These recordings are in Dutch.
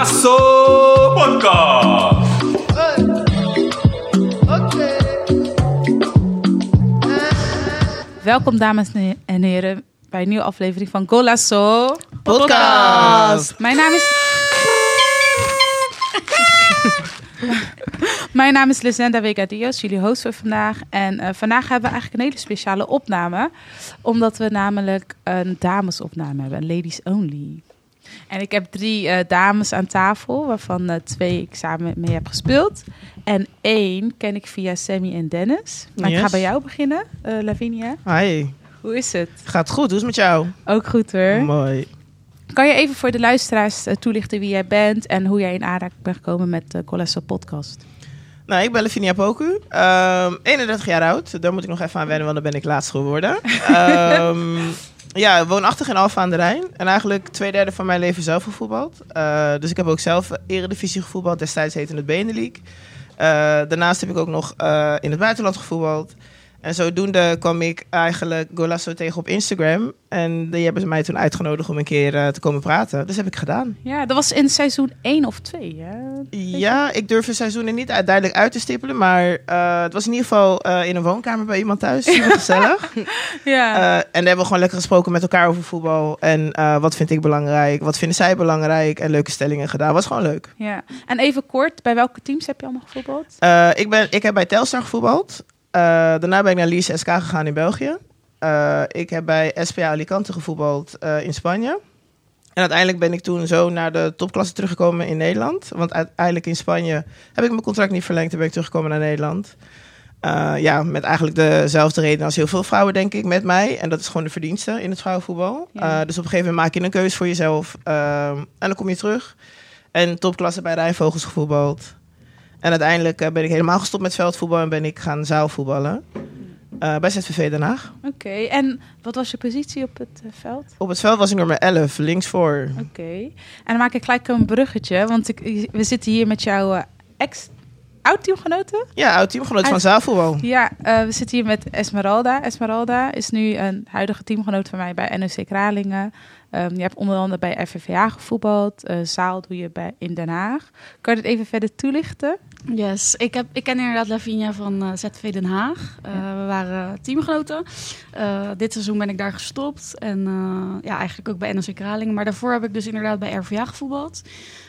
Golasso Podcast. Welkom dames en heren bij een nieuwe aflevering van Golasso Podcast. Mijn naam is Lizenda Vega Diaz, jullie host voor vandaag. En vandaag hebben we eigenlijk een hele speciale opname. Omdat we namelijk een damesopname hebben, een ladies only. En ik heb 3 dames aan tafel, waarvan 2 ik samen mee heb gespeeld. En 1 ken ik via Sammy en Dennis. Maar ik ga bij jou beginnen, Lavinia. Hi, Hoe is het? gaat goed. Hoe is het met jou? Ook goed hoor. Mooi. Kan je even voor de luisteraars toelichten wie jij bent en hoe jij in aanraking bent gekomen met de Golasso podcast? Nou, ik ben Lavinia Poku, 31 jaar oud. Daar moet ik nog even aan wennen, want dan ben ik laatst geworden. Ja, woonachtig in Alphen aan de Rijn. En eigenlijk 2/3 van mijn leven zelf gevoetbald. Dus ik heb ook zelf eredivisie gevoetbald. Destijds heette het Benelink. Daarnaast heb ik ook nog in het buitenland gevoetbald. En zodoende kwam ik eigenlijk Golasso tegen op Instagram. En die hebben ze mij toen uitgenodigd om een keer te komen praten. Dus heb ik gedaan. Ja, dat was in seizoen 1 of 2, hè? Ja, ik durf de seizoenen niet duidelijk uit te stippelen. Maar het was in ieder geval in een woonkamer bij iemand thuis. Super gezellig. Ja. En daar hebben we gewoon lekker gesproken met elkaar over voetbal. En wat vind ik belangrijk? Wat vinden zij belangrijk? En leuke stellingen gedaan. Was gewoon leuk. Ja. En even kort, bij welke teams heb je allemaal gevoetbald? Ik heb bij Telstar gevoetbald. Daarna ben ik naar Lierse SK gegaan in België. Ik heb bij SPA Alicante gevoetbald in Spanje. En uiteindelijk ben ik toen zo naar de topklasse teruggekomen in Nederland. Want uiteindelijk in Spanje heb ik mijn contract niet verlengd. En ben ik teruggekomen naar Nederland. Ja, met eigenlijk dezelfde reden als heel veel vrouwen, denk ik, met mij. En dat is gewoon de verdienste in het vrouwenvoetbal. Ja. Dus op een gegeven moment maak je een keuze voor jezelf. En dan kom je terug. En topklasse bij Rijnvogels gevoetbald. En uiteindelijk ben ik helemaal gestopt met veldvoetbal en ben ik gaan zaalvoetballen. Bij ZVV Den Haag. Oké, en wat was je positie op het veld? Op het veld was ik nummer 11, linksvoor. Oké. En dan maak ik gelijk een bruggetje, want we zitten hier met jouw oud-teamgenoten. Ja, oud-teamgenoot van zaalvoetbal. Ja, we zitten hier met Esmeralda. Esmeralda is nu een huidige teamgenoot van mij bij NOC Kralingen. Je hebt onder andere bij FVVA gevoetbald. Zaal doe je in Den Haag. Kan je het even verder toelichten? Yes, ik ken inderdaad Lavinia van ZV Den Haag. We waren teamgenoten. Dit seizoen ben ik daar gestopt. En ja, eigenlijk ook bij NOC Kralingen. Maar daarvoor heb ik dus inderdaad bij RVA gevoetbald.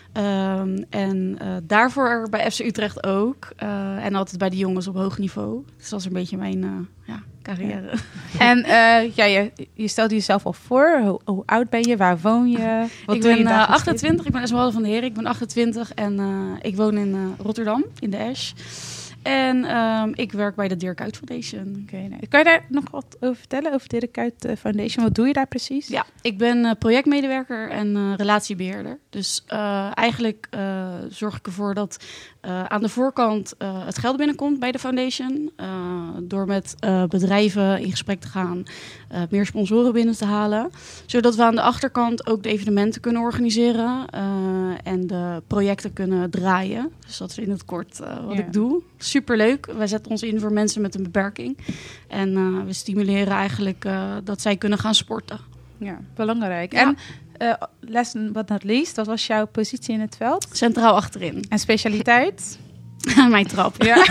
En daarvoor bij FC Utrecht ook. En altijd bij de jongens op hoog niveau. Dus dat is een beetje mijn carrière. Ja. En je stelde jezelf al voor. Hoe oud ben je? Waar woon je? Wat Ik doe je ben 28. Ik ben Esmeralda van de Heer. Ik ben 28 en ik woon in Rotterdam, in de Esch. En ik werk bij de Dirk Kuyt Foundation. Okay, nee. Kan je daar nog wat over vertellen, over de Dirk Kuyt Foundation? Wat doe je daar precies? Ja, ik ben projectmedewerker en relatiebeheerder. Dus eigenlijk zorg ik ervoor dat aan de voorkant het geld binnenkomt bij de foundation. Door met bedrijven in gesprek te gaan, meer sponsoren binnen te halen. Zodat we aan de achterkant ook de evenementen kunnen organiseren en de projecten kunnen draaien. Dus dat is in het kort wat ik doe. Superleuk. Wij zetten ons in voor mensen met een beperking. En we stimuleren eigenlijk dat zij kunnen gaan sporten. Ja, belangrijk. Ja. En last but not least, wat was jouw positie in het veld? Centraal achterin. En specialiteit? Mijn trap. Ja.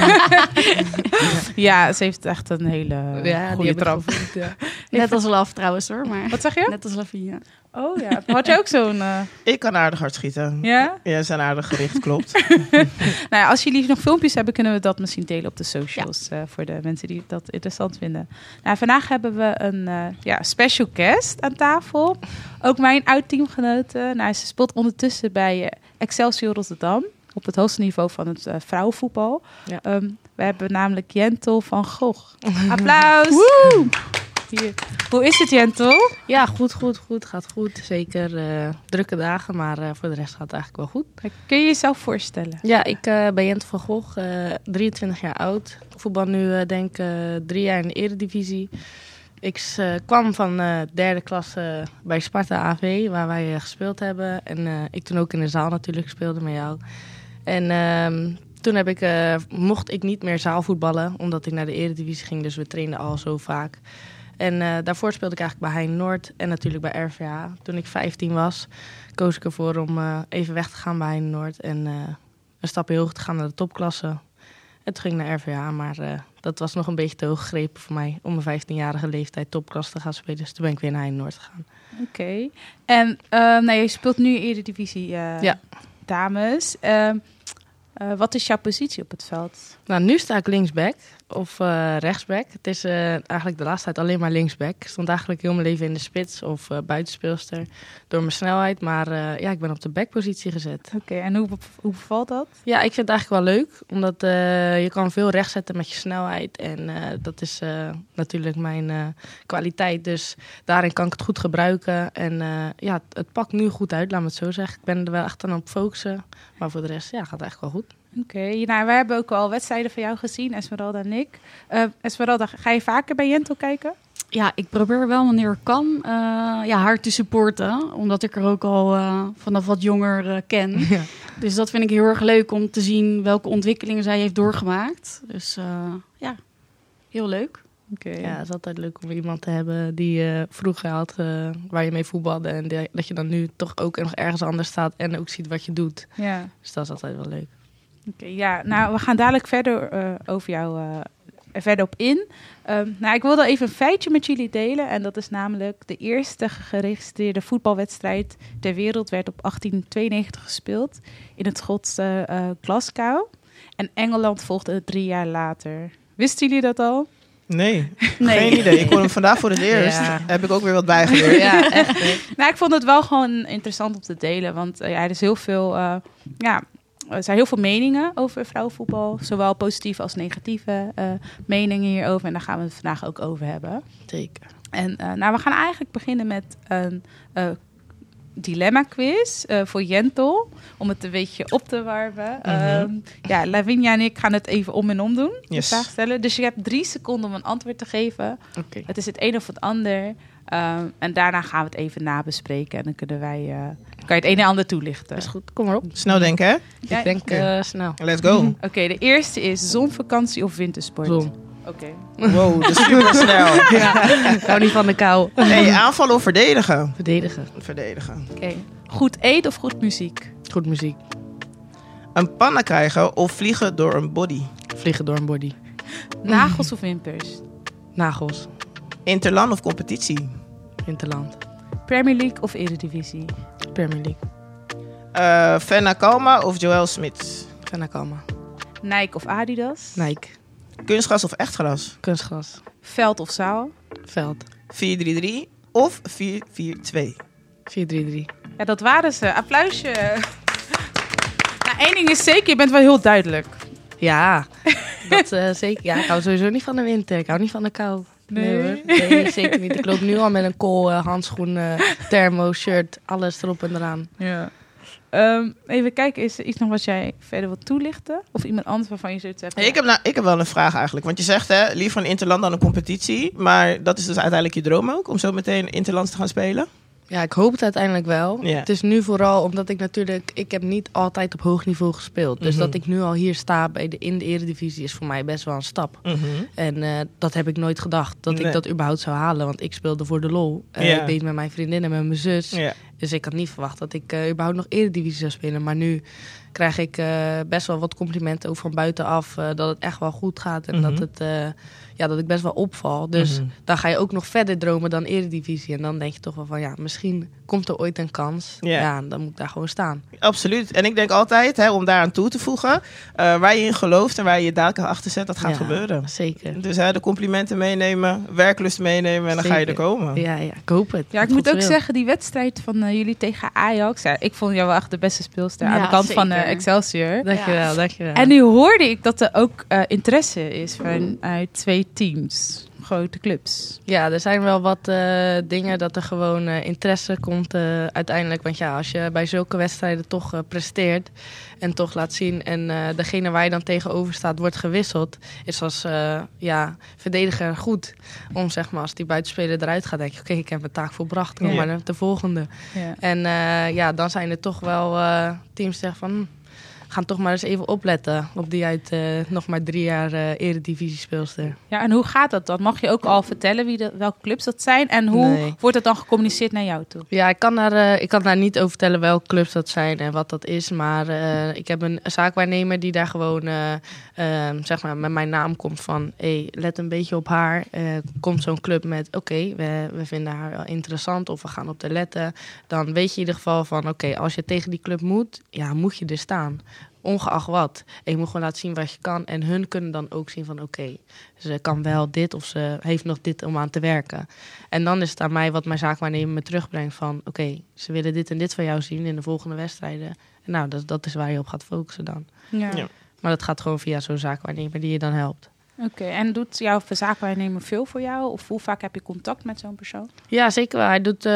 Ja, ze heeft echt een hele goede trap. Net als Laf trouwens hoor. Maar Wat zeg je? net als Lavinia. Oh ja, had je ook zo'n... Ik kan aardig hard schieten. Ja? Ja, zijn aardig gericht, klopt. Nou ja, als jullie nog filmpjes hebben, kunnen we dat misschien delen op de socials. Voor de mensen die dat interessant vinden. Nou, vandaag hebben we een special guest aan tafel. Ook mijn oud-teamgenote. Nou, ze speelt ondertussen bij Excelsior Rotterdam. Op het hoogste niveau van het vrouwenvoetbal. Ja. We hebben namelijk Jentel van Gogh. Applaus! Woe! Hier. Hoe is het, Jentel? Ja, goed. Gaat goed. Zeker drukke dagen, maar voor de rest gaat het eigenlijk wel goed. Kun je jezelf voorstellen? Ja, ik ben Jentel van Gogh, 23 jaar oud. Ik voetbal nu 3 jaar in de eredivisie. Ik kwam van derde klasse bij Sparta AV, waar wij gespeeld hebben. En ik toen ook in de zaal natuurlijk speelde met jou. En toen mocht ik niet meer zaalvoetballen, omdat ik naar de eredivisie ging. Dus we trainden al zo vaak. En daarvoor speelde ik eigenlijk bij Heijn-Noord en natuurlijk bij RVA. Toen ik 15 was, koos ik ervoor om even weg te gaan bij Heijn-Noord. En een stapje hoger te gaan naar de topklasse. En toen ging ik naar RVA, maar dat was nog een beetje te hoog gegrepen voor mij. Om mijn 15-jarige leeftijd topklasse te gaan spelen. Dus toen ben ik weer naar Heijn-Noord gegaan. Oké. En je speelt nu Eredivisie dames. Wat is jouw positie op het veld? Nou, nu sta ik linksback of rechtsback. Het is eigenlijk de laatste tijd alleen maar linksback. Ik stond eigenlijk heel mijn leven in de spits of buitenspeelster door mijn snelheid. Maar ik ben op de backpositie gezet. Oké, en hoe bevalt dat? Ja, ik vind het eigenlijk wel leuk. Omdat je kan veel recht zetten met je snelheid. En dat is natuurlijk mijn kwaliteit. Dus daarin kan ik het goed gebruiken. En het pakt nu goed uit, laat me het zo zeggen. Ik ben er wel echt aan op focussen. Maar voor de rest gaat het eigenlijk wel goed. Oké, wij hebben ook al wedstrijden van jou gezien, Esmeralda en ik. Esmeralda, ga je vaker bij Jentel kijken? Ja, ik probeer wel wanneer ik kan haar te supporten. Omdat ik er ook al vanaf wat jonger ken. Ja. Dus dat vind ik heel erg leuk om te zien welke ontwikkelingen zij heeft doorgemaakt. Dus heel leuk. Okay. Ja, het is altijd leuk om iemand te hebben die vroeger had, waar je mee voetbalde. En dat je dan nu toch ook nog ergens anders staat en ook ziet wat je doet. Ja. Dus dat is altijd wel leuk. Oké, we gaan dadelijk verder over jou verder op in. Ik wilde even een feitje met jullie delen. En dat is namelijk de eerste geregistreerde voetbalwedstrijd ter wereld werd op 1892 gespeeld in het Schotse Glasgow. En Engeland volgde 3 jaar later. Wisten jullie dat al? Nee, geen idee. Ik hoor hem vandaag voor het eerst. Ja. Heb ik ook weer wat bijgeleerd. Ja, echt. Ik vond het wel gewoon interessant om te delen. Want er is heel veel... er zijn heel veel meningen over vrouwenvoetbal. Zowel positieve als negatieve meningen hierover. En daar gaan we het vandaag ook over hebben. Zeker. En we gaan eigenlijk beginnen met een dilemma-quiz voor Jentel. Om het een beetje op te warmen. Lavinia en ik gaan het even om en om doen. Yes. Vraag stellen. Dus je hebt 3 seconden om een antwoord te geven. Okay. Het is het een of het ander. En daarna gaan we het even nabespreken. En dan kunnen wij... kan je het een en ander toelichten. Is goed, kom maar op. Snel denken, hè? Ja, ik denk snel. Let's go. Oké, de eerste is zonvakantie of wintersport? Zon. Oké. Wow, dat is super snel. Ik hou niet van de kou. Hey, aanvallen of verdedigen? Verdedigen. Oké. Goed eten of goed muziek? Goed muziek. Een panna krijgen of vliegen door een body? Vliegen door een body. Nagels of wimpers? Nagels. Interland of competitie? Interland. Premier League of Eredivisie? Premier League. Fenna Kalma of Joël Smit? Fenna Kalma. Nike of Adidas? Nike. Kunstgras of echt gras? Kunstgras. Veld of zaal? Veld. 4-3-3 of 4-4-2? 4-3-3. Ja, dat waren ze. Applausje. Één ding is zeker, je bent wel heel duidelijk. Ja, dat zeker. Ja, ik hou sowieso niet van de winter. Ik hou niet van de kou. Nee hoor. Nee, zeker niet. Ik loop nu al met een kool, handschoen, thermo, shirt, alles erop en eraan. Ja. Even kijken, is er iets nog wat jij verder wilt toelichten? Of iemand anders waarvan je zoiets hebt? Hey, ik heb wel een vraag eigenlijk. Want je zegt, liever een interland dan een competitie. Maar dat is dus uiteindelijk je droom ook, om zo meteen interlands te gaan spelen? Ja, ik hoop het uiteindelijk wel. Ja. Het is nu vooral omdat ik heb niet altijd op hoog niveau gespeeld. Dus dat ik nu al hier sta in de Eredivisie is voor mij best wel een stap. En dat heb ik nooit gedacht, dat ik dat überhaupt zou halen. Want ik speelde voor de lol. Ik deed met mijn vriendin en met mijn zus. Ja. Dus ik had niet verwacht dat ik überhaupt nog Eredivisie zou spelen. Maar nu krijg ik best wel wat complimenten ook van buitenaf. Dat het echt wel goed gaat en dat ik best wel opval. Dus dan ga je ook nog verder dromen dan Eredivisie. En dan denk je toch wel van misschien komt er ooit een kans. Ja, dan moet ik daar gewoon staan. Absoluut. En ik denk altijd, om daaraan toe te voegen, waar je in gelooft en waar je je daken achter zet, dat gaat gebeuren. Zeker. Dus de complimenten meenemen, werklust meenemen en dan ga je er komen. Ja, ik hoop het. Ja, ik moet ook zeggen, die wedstrijd van jullie tegen Ajax, ik vond jou wel echt de beste speelster aan de kant van Excelsior. Dankjewel. En nu hoorde ik dat er ook interesse is vanuit 2 teams. Grote clubs. Ja, er zijn wel wat dingen dat er gewoon interesse komt uiteindelijk. Want ja, als je bij zulke wedstrijden toch presteert en toch laat zien en degene waar je dan tegenover staat wordt gewisseld, is als verdediger goed. Om zeg maar, als die buitenspeler eruit gaat, denk je, oké, ik heb mijn taak volbracht. Kom maar de volgende. Ja. En dan zijn er toch wel teams die zeggen van, gaan toch maar eens even opletten op die uit nog maar 3 jaar eredivisie-speelster. Ja, en hoe gaat dat dan? Mag je ook al vertellen welke clubs dat zijn? En hoe wordt het dan gecommuniceerd naar jou toe? Ja, ik kan daar niet over vertellen welke clubs dat zijn en wat dat is. Maar ik heb een zaakwaarnemer die daar gewoon zeg maar met mijn naam komt van... let een beetje op haar. Komt zo'n club met, we vinden haar interessant of we gaan op de letten. Dan weet je in ieder geval van, als je tegen die club moet, ja, moet je er staan. Ongeacht wat. En je moet gewoon laten zien wat je kan. En hun kunnen dan ook zien van ze kan wel dit of ze heeft nog dit om aan te werken. En dan is het aan mij wat mijn zaakwaarnemer me terugbrengt van... ze willen dit en dit van jou zien in de volgende wedstrijden. En nou, dat is waar je op gaat focussen dan. Ja. Maar dat gaat gewoon via zo'n zaakwaarnemer die je dan helpt. Oké, en doet jouw zaakwaarnemer veel voor jou? Of hoe vaak heb je contact met zo'n persoon? Ja, zeker wel. Hij doet,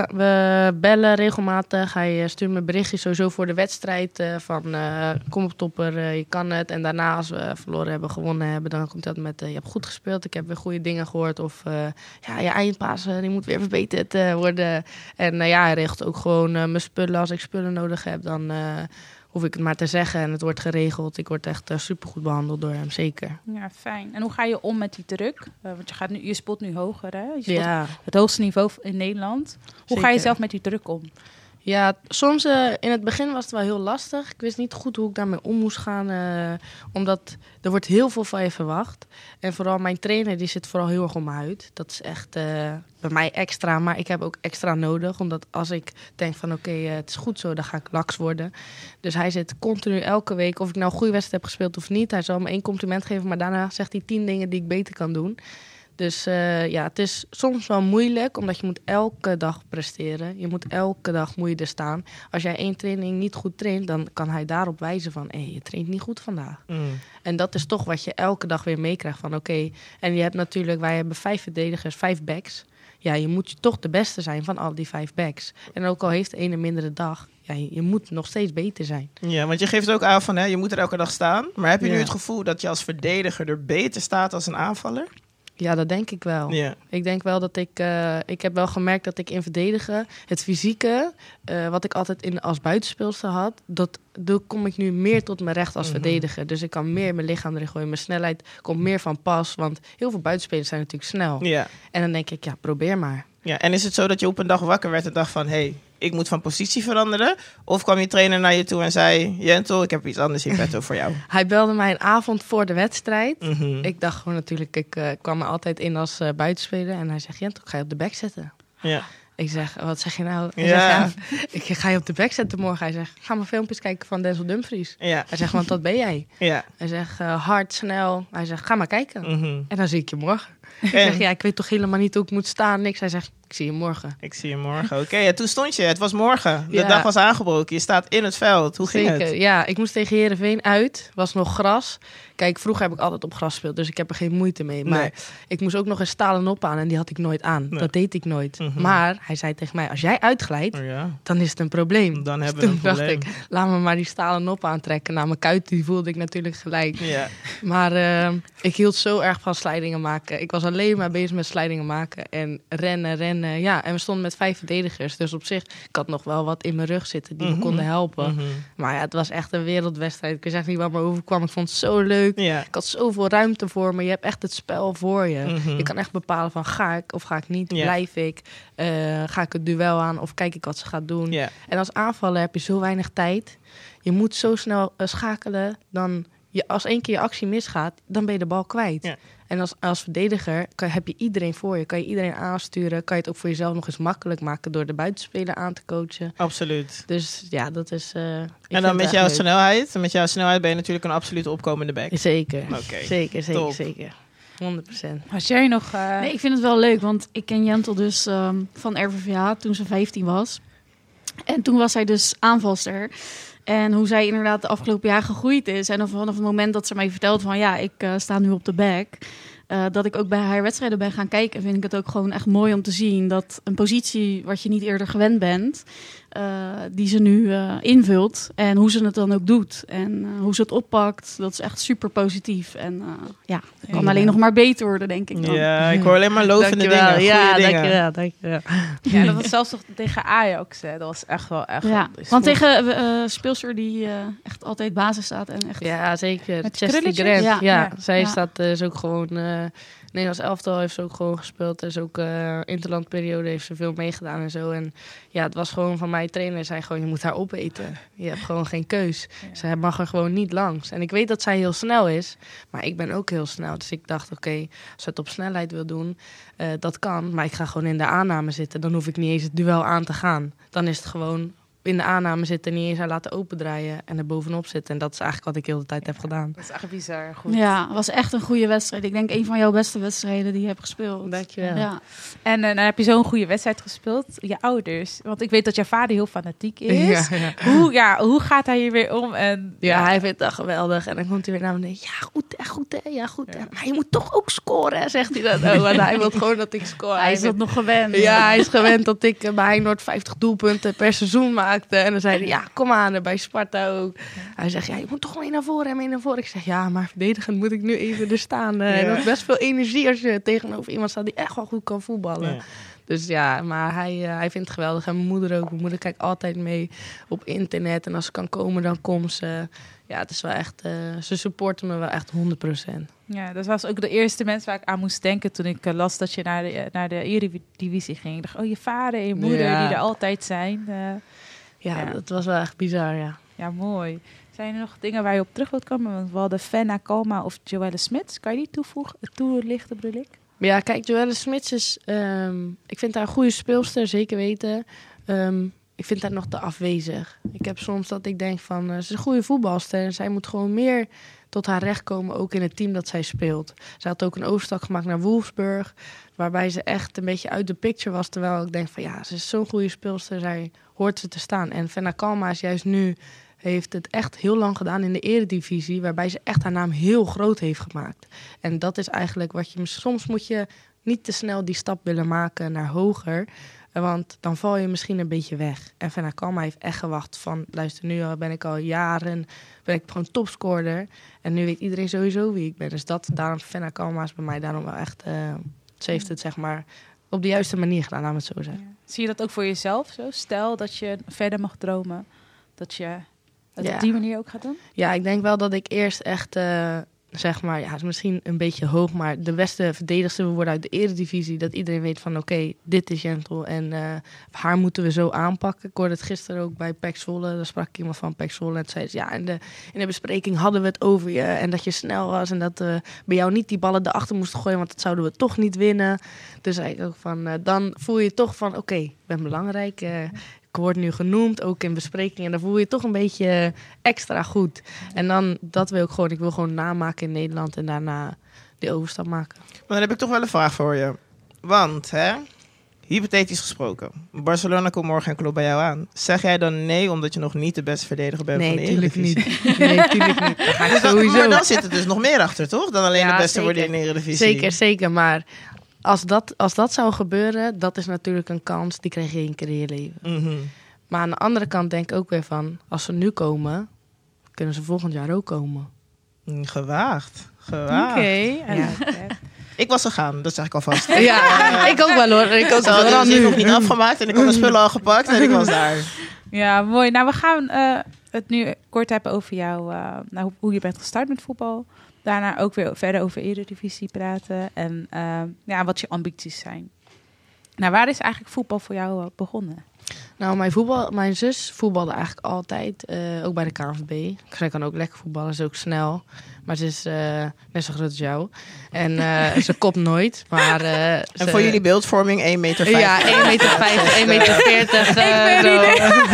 we bellen regelmatig. Hij stuurt me berichtjes sowieso voor de wedstrijd. Van kom op topper, je kan het. En daarna als we verloren hebben, gewonnen hebben... dan komt dat met je hebt goed gespeeld. Ik heb weer goede dingen gehoord. Of je eindpaas die moet weer verbeterd worden. En hij regelt ook gewoon mijn spullen. Als ik spullen nodig heb, dan... hoef ik het maar te zeggen en het wordt geregeld. Ik word echt supergoed behandeld door hem, zeker. Ja, fijn. En hoe ga je om met die druk? Want je speelt nu hoger, hè? Je speelt het hoogste niveau in Nederland. Hoe ga je zelf met die druk om? Ja, soms in het begin was het wel heel lastig. Ik wist niet goed hoe ik daarmee om moest gaan. Omdat er wordt heel veel van je verwacht. En vooral mijn trainer, die zit vooral heel erg om me uit. Dat is echt bij mij extra. Maar ik heb ook extra nodig. Omdat als ik denk van het is goed zo, dan ga ik laks worden. Dus hij zit continu elke week, of ik nou een goede wedstrijd heb gespeeld of niet. Hij zal me 1 compliment geven, maar daarna zegt hij 10 dingen die ik beter kan doen. Dus het is soms wel moeilijk, omdat je moet elke dag presteren. Je moet elke dag er staan. Als jij 1 training niet goed traint, dan kan hij daarop wijzen van... je traint niet goed vandaag. En dat is toch wat je elke dag weer meekrijgt van En je hebt natuurlijk, wij hebben 5 verdedigers, 5 backs. Ja, je moet toch de beste zijn van al die 5 backs. En ook al heeft de ene een mindere dag... Ja, je moet nog steeds beter zijn. Ja, want je geeft ook aan van je moet er elke dag staan. Maar heb je nu het gevoel dat je als verdediger er beter staat als een aanvaller? Ja, dat denk ik wel. Yeah. Ik denk wel dat ik heb wel gemerkt dat ik in verdedigen... het fysieke, wat ik altijd als buitenspeelster had... dat kom ik nu meer tot mijn recht als verdediger. Dus ik kan meer mijn lichaam erin gooien. Mijn snelheid komt meer van pas. Want heel veel buitenspelers zijn natuurlijk snel. Yeah. En dan denk ik, probeer maar. Ja, en is het zo dat je op een dag wakker werd en dacht van... ik moet van positie veranderen? Of kwam je trainer naar je toe en zei... Jentel, ik heb iets anders in petto voor jou. Hij belde mij een avond voor de wedstrijd. Ik dacht gewoon natuurlijk... Ik kwam er altijd in als buitenspeler. En hij zegt, Jentel, ik ga je op de back zetten. Ja. Ik zeg, wat zeg je nou? Ik ga je op de back zetten morgen. Hij zegt, ga maar filmpjes kijken van Denzel Dumfries. Ja. Hij zegt, want dat ben jij. Ja. Hij zegt, hard, snel. Hij zegt, ga maar kijken. En dan zie ik je morgen. Ik zeg, ik weet toch helemaal niet hoe ik moet staan. Niks. Hij zegt, ik zie je morgen. Ik zie je morgen. Oké, toen stond je. Het was morgen. De dag was aangebroken. Je staat in het veld. Hoe ging het? Ja, ik moest tegen Heerenveen uit. Was nog gras. Kijk, vroeger heb ik altijd op gras gespeeld. Dus ik heb er geen moeite mee. Maar ik moest ook nog een stalen op aan. En die had ik nooit aan. Nee. Dat deed ik nooit. Maar hij zei tegen mij, als jij uitglijdt, dan is het een probleem. Dan hebben we een probleem. Dacht ik, laat me maar die stalen op aantrekken. Nou, mijn kuit die voelde ik natuurlijk gelijk. Ja. Maar ik hield zo erg van slijdingen maken. Ik was alleen maar bezig met slijdingen maken. En rennen. Ja, en we stonden met 5 verdedigers. Dus op zich, ik had nog wel wat in mijn rug zitten die me konden helpen. Maar ja, het was echt een wereldwedstrijd. Ik wist echt niet wat me overkwam. Ik vond het zo leuk. Ja. Ik had zoveel ruimte voor me. Je hebt echt het spel voor je. Je kan echt bepalen van ga ik of ga ik niet? Ja. Blijf ik? Ga ik het duel aan? Of kijk ik wat ze gaat doen? Ja. En als aanvaller heb je zo weinig tijd. Je moet zo snel schakelen. Dan als 1 keer je actie misgaat, dan ben je de bal kwijt. Ja. En als verdediger heb je iedereen voor je. Kan je iedereen aansturen. Kan je het ook voor jezelf nog eens makkelijk maken door de buitenspeler aan te coachen. Absoluut. Dus ja, dat is... en dan met jouw snelheid? Met jouw snelheid ben je natuurlijk een absoluut opkomende back. Zeker. Zeker. 100%. Had jij nog... Nee, ik vind het wel leuk, want ik ken Jentel dus van RVVH toen ze 15 was. En toen was zij dus aanvalster. En hoe zij inderdaad de afgelopen jaar gegroeid is. En vanaf het moment dat ze mij vertelt van ik sta nu op de back. Dat ik ook bij haar wedstrijden ben gaan kijken. Vind ik het ook gewoon echt mooi om te zien dat een positie wat je niet eerder gewend bent. die ze nu invult. En hoe ze het dan ook doet. En hoe ze het oppakt. Dat is echt super positief. En het kan alleen nog maar beter worden, denk ik dan. Ja, ik hoor alleen maar lovende dingen. Goeie dingen. Dankjewel. Ja, dat was zelfs nog tegen Ajax. Hè. Dat was echt wel echt. Ja, want tegen speelster die echt altijd basis staat. En echt... Ja, zeker. Met Chesty krulletjes? Grant. Ja. Zij staat is ook gewoon... Nederlands elftal heeft ze ook gewoon gespeeld. Dus ook interlandperiode heeft ze veel meegedaan en zo. En ja, het was gewoon van mijn trainer. Zei gewoon, je moet haar opeten. Je hebt gewoon geen keus. Ja. Zij mag er gewoon niet langs. En ik weet dat zij heel snel is. Maar ik ben ook heel snel. Dus ik dacht, oké, als ze het op snelheid wil doen, dat kan. Maar ik ga gewoon in de aanname zitten. Dan hoef ik niet eens het duel aan te gaan. Dan is het gewoon in de aanname zitten, niet eens haar laten opendraaien en er bovenop zitten. En dat is eigenlijk wat ik heel de tijd heb gedaan. Dat is echt bizar goed. Ja, het was echt een goede wedstrijd. Ik denk een van jouw beste wedstrijden die je hebt gespeeld. Dankjewel. Ja. En dan heb je zo'n goede wedstrijd gespeeld. Je ouders, want ik weet dat jouw vader heel fanatiek is. Hoe gaat hij hier weer om? En, hij vindt dat geweldig. En dan komt hij weer naar beneden. Ja, goed hè. Maar je moet toch ook scoren, zegt hij dat. Oh, en hij wil gewoon dat ik score. Hij is dat nog gewend. Ja, hij is gewend dat ik bij Feyenoord 50 doelpunten per seizoen maakte. En dan zei hij, ja, kom aan, bij Sparta ook. Hij zegt, ja, je moet toch mee naar voren. Ik zeg, ja, maar verdedigend moet ik nu even er staan. En dat is best veel energie als je tegenover iemand staat die echt wel goed kan voetballen. Ja. Dus ja, maar hij vindt het geweldig. En mijn moeder ook. Mijn moeder kijkt altijd mee op internet. En als ze kan komen, dan komt ze. Ja, het is wel echt... ze supporten me wel echt 100%. Ja, dat was ook de eerste mensen waar ik aan moest denken toen ik las dat je naar de Eredivisie ging. Ik dacht, je vader en je moeder die er altijd zijn. Dat was wel echt bizar, ja. Ja, mooi. Zijn er nog dingen waar je op terug wilt komen? Want we hadden Fenna Kalma of Joelle Smits. Kan je die toelichten, bedoel ik? Ja, kijk, Joelle Smits is... ik vind haar een goede speelster, zeker weten. Ik vind haar nog te afwezig. Ik heb soms dat ik denk van... ze is een goede voetbalster en zij moet gewoon meer tot haar recht komen, ook in het team dat zij speelt. Ze had ook een overstap gemaakt naar Wolfsburg, waarbij ze echt een beetje uit de picture was. Terwijl ik denk van ja, ze is zo'n goede speelster, zij hoort ze te staan. En Fenna Kalma is juist nu, heeft het echt heel lang gedaan in de eredivisie, waarbij ze echt haar naam heel groot heeft gemaakt. En dat is eigenlijk wat je... Soms moet je niet te snel die stap willen maken naar hoger, want dan val je misschien een beetje weg. En Fenna Kalma heeft echt gewacht van... luister, nu ben ik al jaren... ben ik gewoon topscorer. En nu weet iedereen sowieso wie ik ben. Dus daarom Fenna Kalma is bij mij daarom wel echt... ze heeft het zeg maar op de juiste manier gedaan, laat me het zo zeggen. Ja. Zie je dat ook voor jezelf zo? Stel dat je verder mag dromen. Dat je het op die manier ook gaat doen? Ja, ik denk wel dat ik eerst echt... zeg maar, ja, is misschien een beetje hoog, maar de beste verdedigster worden uit de eredivisie. Dat iedereen weet van, oké, dit is Jentel en haar moeten we zo aanpakken. Ik hoorde het gisteren ook bij PEC Zwolle. Daar sprak iemand van PEC Zwolle en zei ja, in de bespreking hadden we het over je en dat je snel was en dat bij jou niet die ballen erachter moesten gooien, want dat zouden we toch niet winnen. Dus zei ik ook van, dan voel je toch van, oké, ik ben belangrijk. Ik word nu genoemd, ook in besprekingen. En dan voel je toch een beetje extra goed. En dan, dat wil ik gewoon. Ik wil gewoon namaken in Nederland en daarna de overstap maken. Maar dan heb ik toch wel een vraag voor je. Want, hypothetisch gesproken, Barcelona komt morgen en klopt bij jou aan. Zeg jij dan nee, omdat je nog niet de beste verdediger bent van de Eredivisie? Nee, tuurlijk niet. Dan ga ik sowieso. Maar dan zit er dus nog meer achter, toch? Dan alleen de beste zeker. worden in de Eredivisie. Zeker. Maar als dat zou gebeuren, dat is natuurlijk een kans. Die krijg je 1 keer in je leven. Mm-hmm. Maar aan de andere kant denk ik ook weer van, als ze nu komen, kunnen ze volgend jaar ook komen. Gewaagd. Oké. Ja. Ik was gegaan, dat zeg ik alvast. Ja, ik ook wel hoor. Ik ook wel. wel. Ik had nog niet afgemaakt en ik had mijn spullen al gepakt en ik was daar. Ja, mooi. Nou, we gaan het nu kort hebben over jou, hoe je bent gestart met voetbal. Daarna ook weer verder over Eredivisie praten en wat je ambities zijn. Nou, waar is eigenlijk voetbal voor jou begonnen? Nou, mijn zus voetbalde eigenlijk altijd, ook bij de KNVB. Zij kan ook lekker voetballen, is ook snel. Maar ze is net zo groot als jou. En ze kopt nooit. Maar, en voor jullie beeldvorming 1,50 meter. Ja, 1,50 meter, 1,40 meter.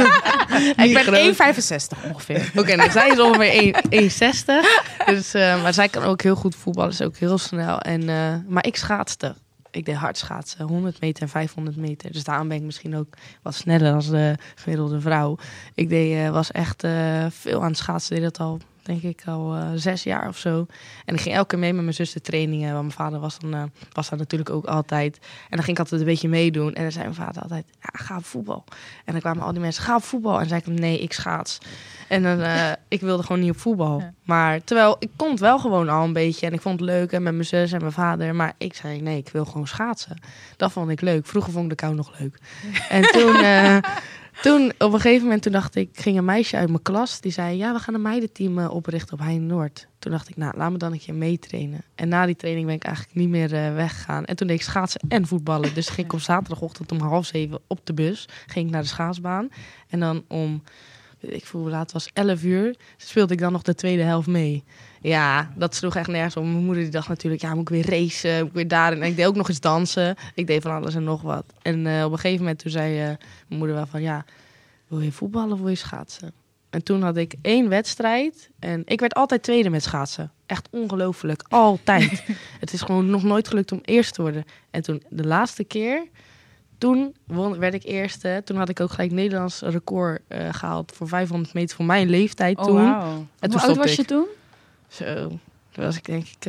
Ik ben 1,65 ongeveer. Oké, nou, zij is ongeveer 1,60. Dus, maar zij kan ook heel goed voetballen, is ook heel snel. Maar ik schaatste. Ik deed hard schaatsen, 100 meter en 500 meter. Dus daarom ben ik misschien ook wat sneller als de gemiddelde vrouw. Ik was echt veel aan het schaatsen. Deed dat al denk ik al 6 jaar of zo. En ik ging elke keer mee met mijn zus de trainingen. Want mijn vader was daar natuurlijk ook altijd. En dan ging ik altijd een beetje meedoen. En dan zei mijn vader altijd, ja, ga op voetbal. En dan kwamen al die mensen, ga op voetbal. En dan zei ik, nee, ik schaats. En dan, ik wilde gewoon niet op voetbal. Ja. Maar terwijl, ik kon het wel gewoon al een beetje. En ik vond het leuk en met mijn zus en mijn vader. Maar ik zei, nee, ik wil gewoon schaatsen. Dat vond ik leuk. Vroeger vond ik de kou nog leuk. En toen, op een gegeven moment, ging een meisje uit mijn klas. Die zei, ja, we gaan een meidenteam oprichten op Heijn-Noord. Toen dacht ik, nou, laat me dan een keer meetrainen. En na die training ben ik eigenlijk niet meer weggegaan. En toen deed ik schaatsen en voetballen. Dus ging ik op zaterdagochtend om 6:30 op de bus. Ging ik naar de schaatsbaan. En dan om, weet ik veel hoe laat het was, 11 uur, speelde ik dan nog de tweede helft mee. Ja, dat sloeg echt nergens op. Mijn moeder die dacht natuurlijk, ja, moet ik weer racen, moet ik weer daarin. En ik deed ook nog eens dansen. Ik deed van alles en nog wat. En op een gegeven moment toen zei mijn moeder wel van, ja, wil je voetballen of wil je schaatsen? En toen had ik 1 wedstrijd. En ik werd altijd tweede met schaatsen. Echt ongelooflijk. Altijd. Het is gewoon nog nooit gelukt om eerst te worden. En toen de laatste keer, toen werd ik eerste. Toen had ik ook gelijk Nederlands record gehaald voor 500 meter voor mijn leeftijd toen. Oh, wow. En Hoe oud was je toen? Zo, toen was ik denk ik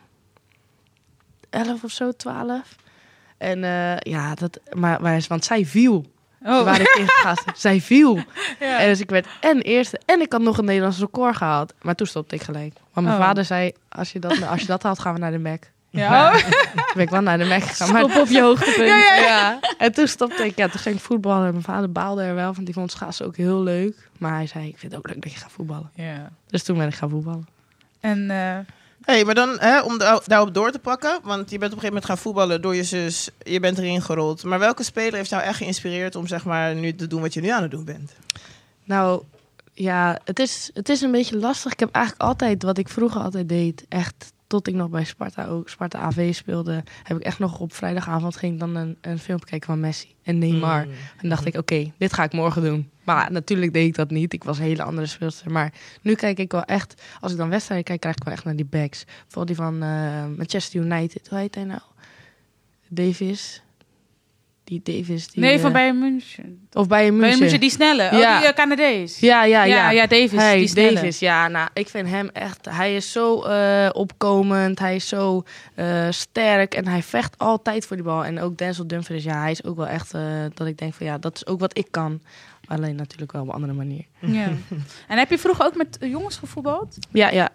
11 of zo, 12. En ja, want zij viel. Waar ik in schaatsen. Zij viel. Ja. En dus ik werd en eerste en ik had nog een Nederlands record gehaald. Maar toen stopte ik gelijk. Want mijn vader zei, als je dat haalt, gaan we naar de Mac. Ja. Toen ben ik wel naar de Mac gegaan. Maar Stop op je hoogtepunt. ja. En toen stopte ik. Ja, toen ging ik voetballen. Mijn vader baalde er wel, want die vond schaatsen ook heel leuk. Maar hij zei, ik vind het ook leuk dat je gaat voetballen. Ja. Dus toen ben ik gaan voetballen. En Hey, maar dan om daarop door te pakken, want je bent op een gegeven moment gaan voetballen door je zus, je bent erin gerold. Maar welke speler heeft jou echt geïnspireerd om zeg maar nu te doen wat je nu aan het doen bent? Nou, ja, het is een beetje lastig. Ik heb eigenlijk altijd, wat ik vroeger altijd deed, echt tot ik nog bij Sparta AV speelde, heb ik echt nog op vrijdagavond ging ik dan een film kijken van Messi en Neymar. En dacht ik, oké, dit ga ik morgen doen. Maar natuurlijk deed ik dat niet. Ik was een hele andere speelster. Maar nu kijk ik wel echt, als ik dan wedstrijden kijk, krijg ik wel echt naar die backs. Vooral die van Manchester United. Hoe heet hij nou? Davis. nee, van Bayern München. Of Bayern München. Bayern München, die snelle. Ja. Oh, die Canadees. Ja, Davis. Hey, die snelle. Davis, ja, nou, ik vind hem echt, hij is zo opkomend, hij is zo sterk en hij vecht altijd voor die bal. En ook Denzel Dumfries, ja, hij is ook wel echt, dat ik denk van ja, dat is ook wat ik kan. Alleen natuurlijk wel op een andere manier. Ja. En heb je vroeger ook met jongens gevoetbald? Ja,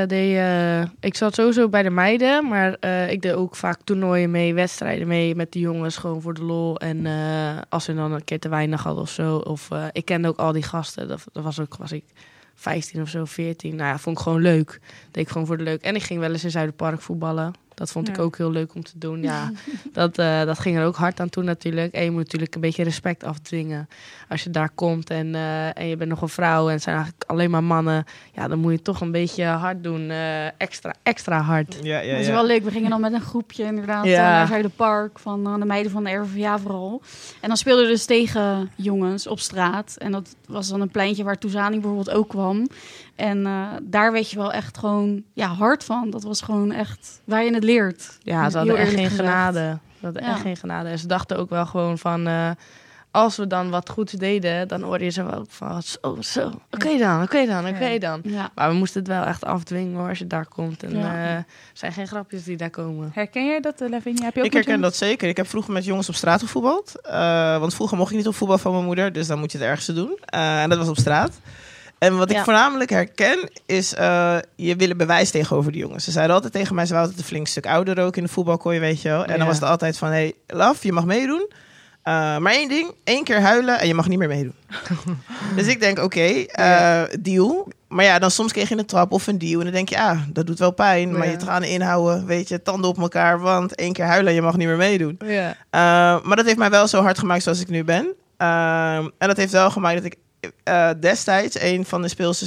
ik zat sowieso bij de meiden, maar ik deed ook vaak toernooien mee, wedstrijden mee met de jongens, gewoon voor de lol. En als ze dan een keer te weinig hadden of zo, of ik kende ook al die gasten, dat was ik 15 of zo, 14. Nou ja, vond ik gewoon leuk. Deed ik gewoon voor de leuk. En ik ging wel eens in Zuiderpark voetballen. Dat vond ik ook heel leuk om te doen. Ja, dat ging er ook hard aan toe natuurlijk. En je moet natuurlijk een beetje respect afdwingen. Als je daar komt en je bent nog een vrouw en het zijn eigenlijk alleen maar mannen. Ja, dan moet je toch een beetje hard doen. Extra hard. Ja. Dat is wel leuk. We gingen dan met een groepje inderdaad naar Zuiderpark van de meiden van de RVVA vooral. En dan speelden we dus tegen jongens op straat. En dat was dan een pleintje waar Touzani bijvoorbeeld ook kwam. En daar weet je wel echt gewoon hard van. Dat was gewoon echt waar je het leert. Ja, ze hadden echt geen genade. Echt geen genade. En ze dachten ook wel gewoon van, als we dan wat goeds deden, dan hoorde je ze wel ook van, zo. Oké dan. Ja. Maar we moesten het wel echt afdwingen hoor, als je daar komt. En zijn geen grapjes die daar komen. Herken jij dat, Lavinia? Heb je ook Ik herken dat zeker. Ik heb vroeger met jongens op straat gevoetbald. Want vroeger mocht ik niet op voetbal van mijn moeder, dus dan moet je het ergens doen. En dat was op straat. En wat ik voornamelijk herken, is je willen bewijs tegenover die jongens. Ze zeiden altijd tegen mij, ze waren altijd een flink stuk ouder ook in de voetbalkooi, weet je wel. En dan was het altijd van, hey, Laf, je mag meedoen. Maar 1 ding, 1 keer huilen en je mag niet meer meedoen. Dus ik denk, oké, deal. Maar ja, dan soms kreeg je een trap of een duw. En dan denk je, dat doet wel pijn. Maar je tranen inhouden, weet je, tanden op elkaar. Want 1 keer huilen en je mag niet meer meedoen. Ja. Maar dat heeft mij wel zo hard gemaakt zoals ik nu ben. En dat heeft wel gemaakt dat ik destijds een van de speelsters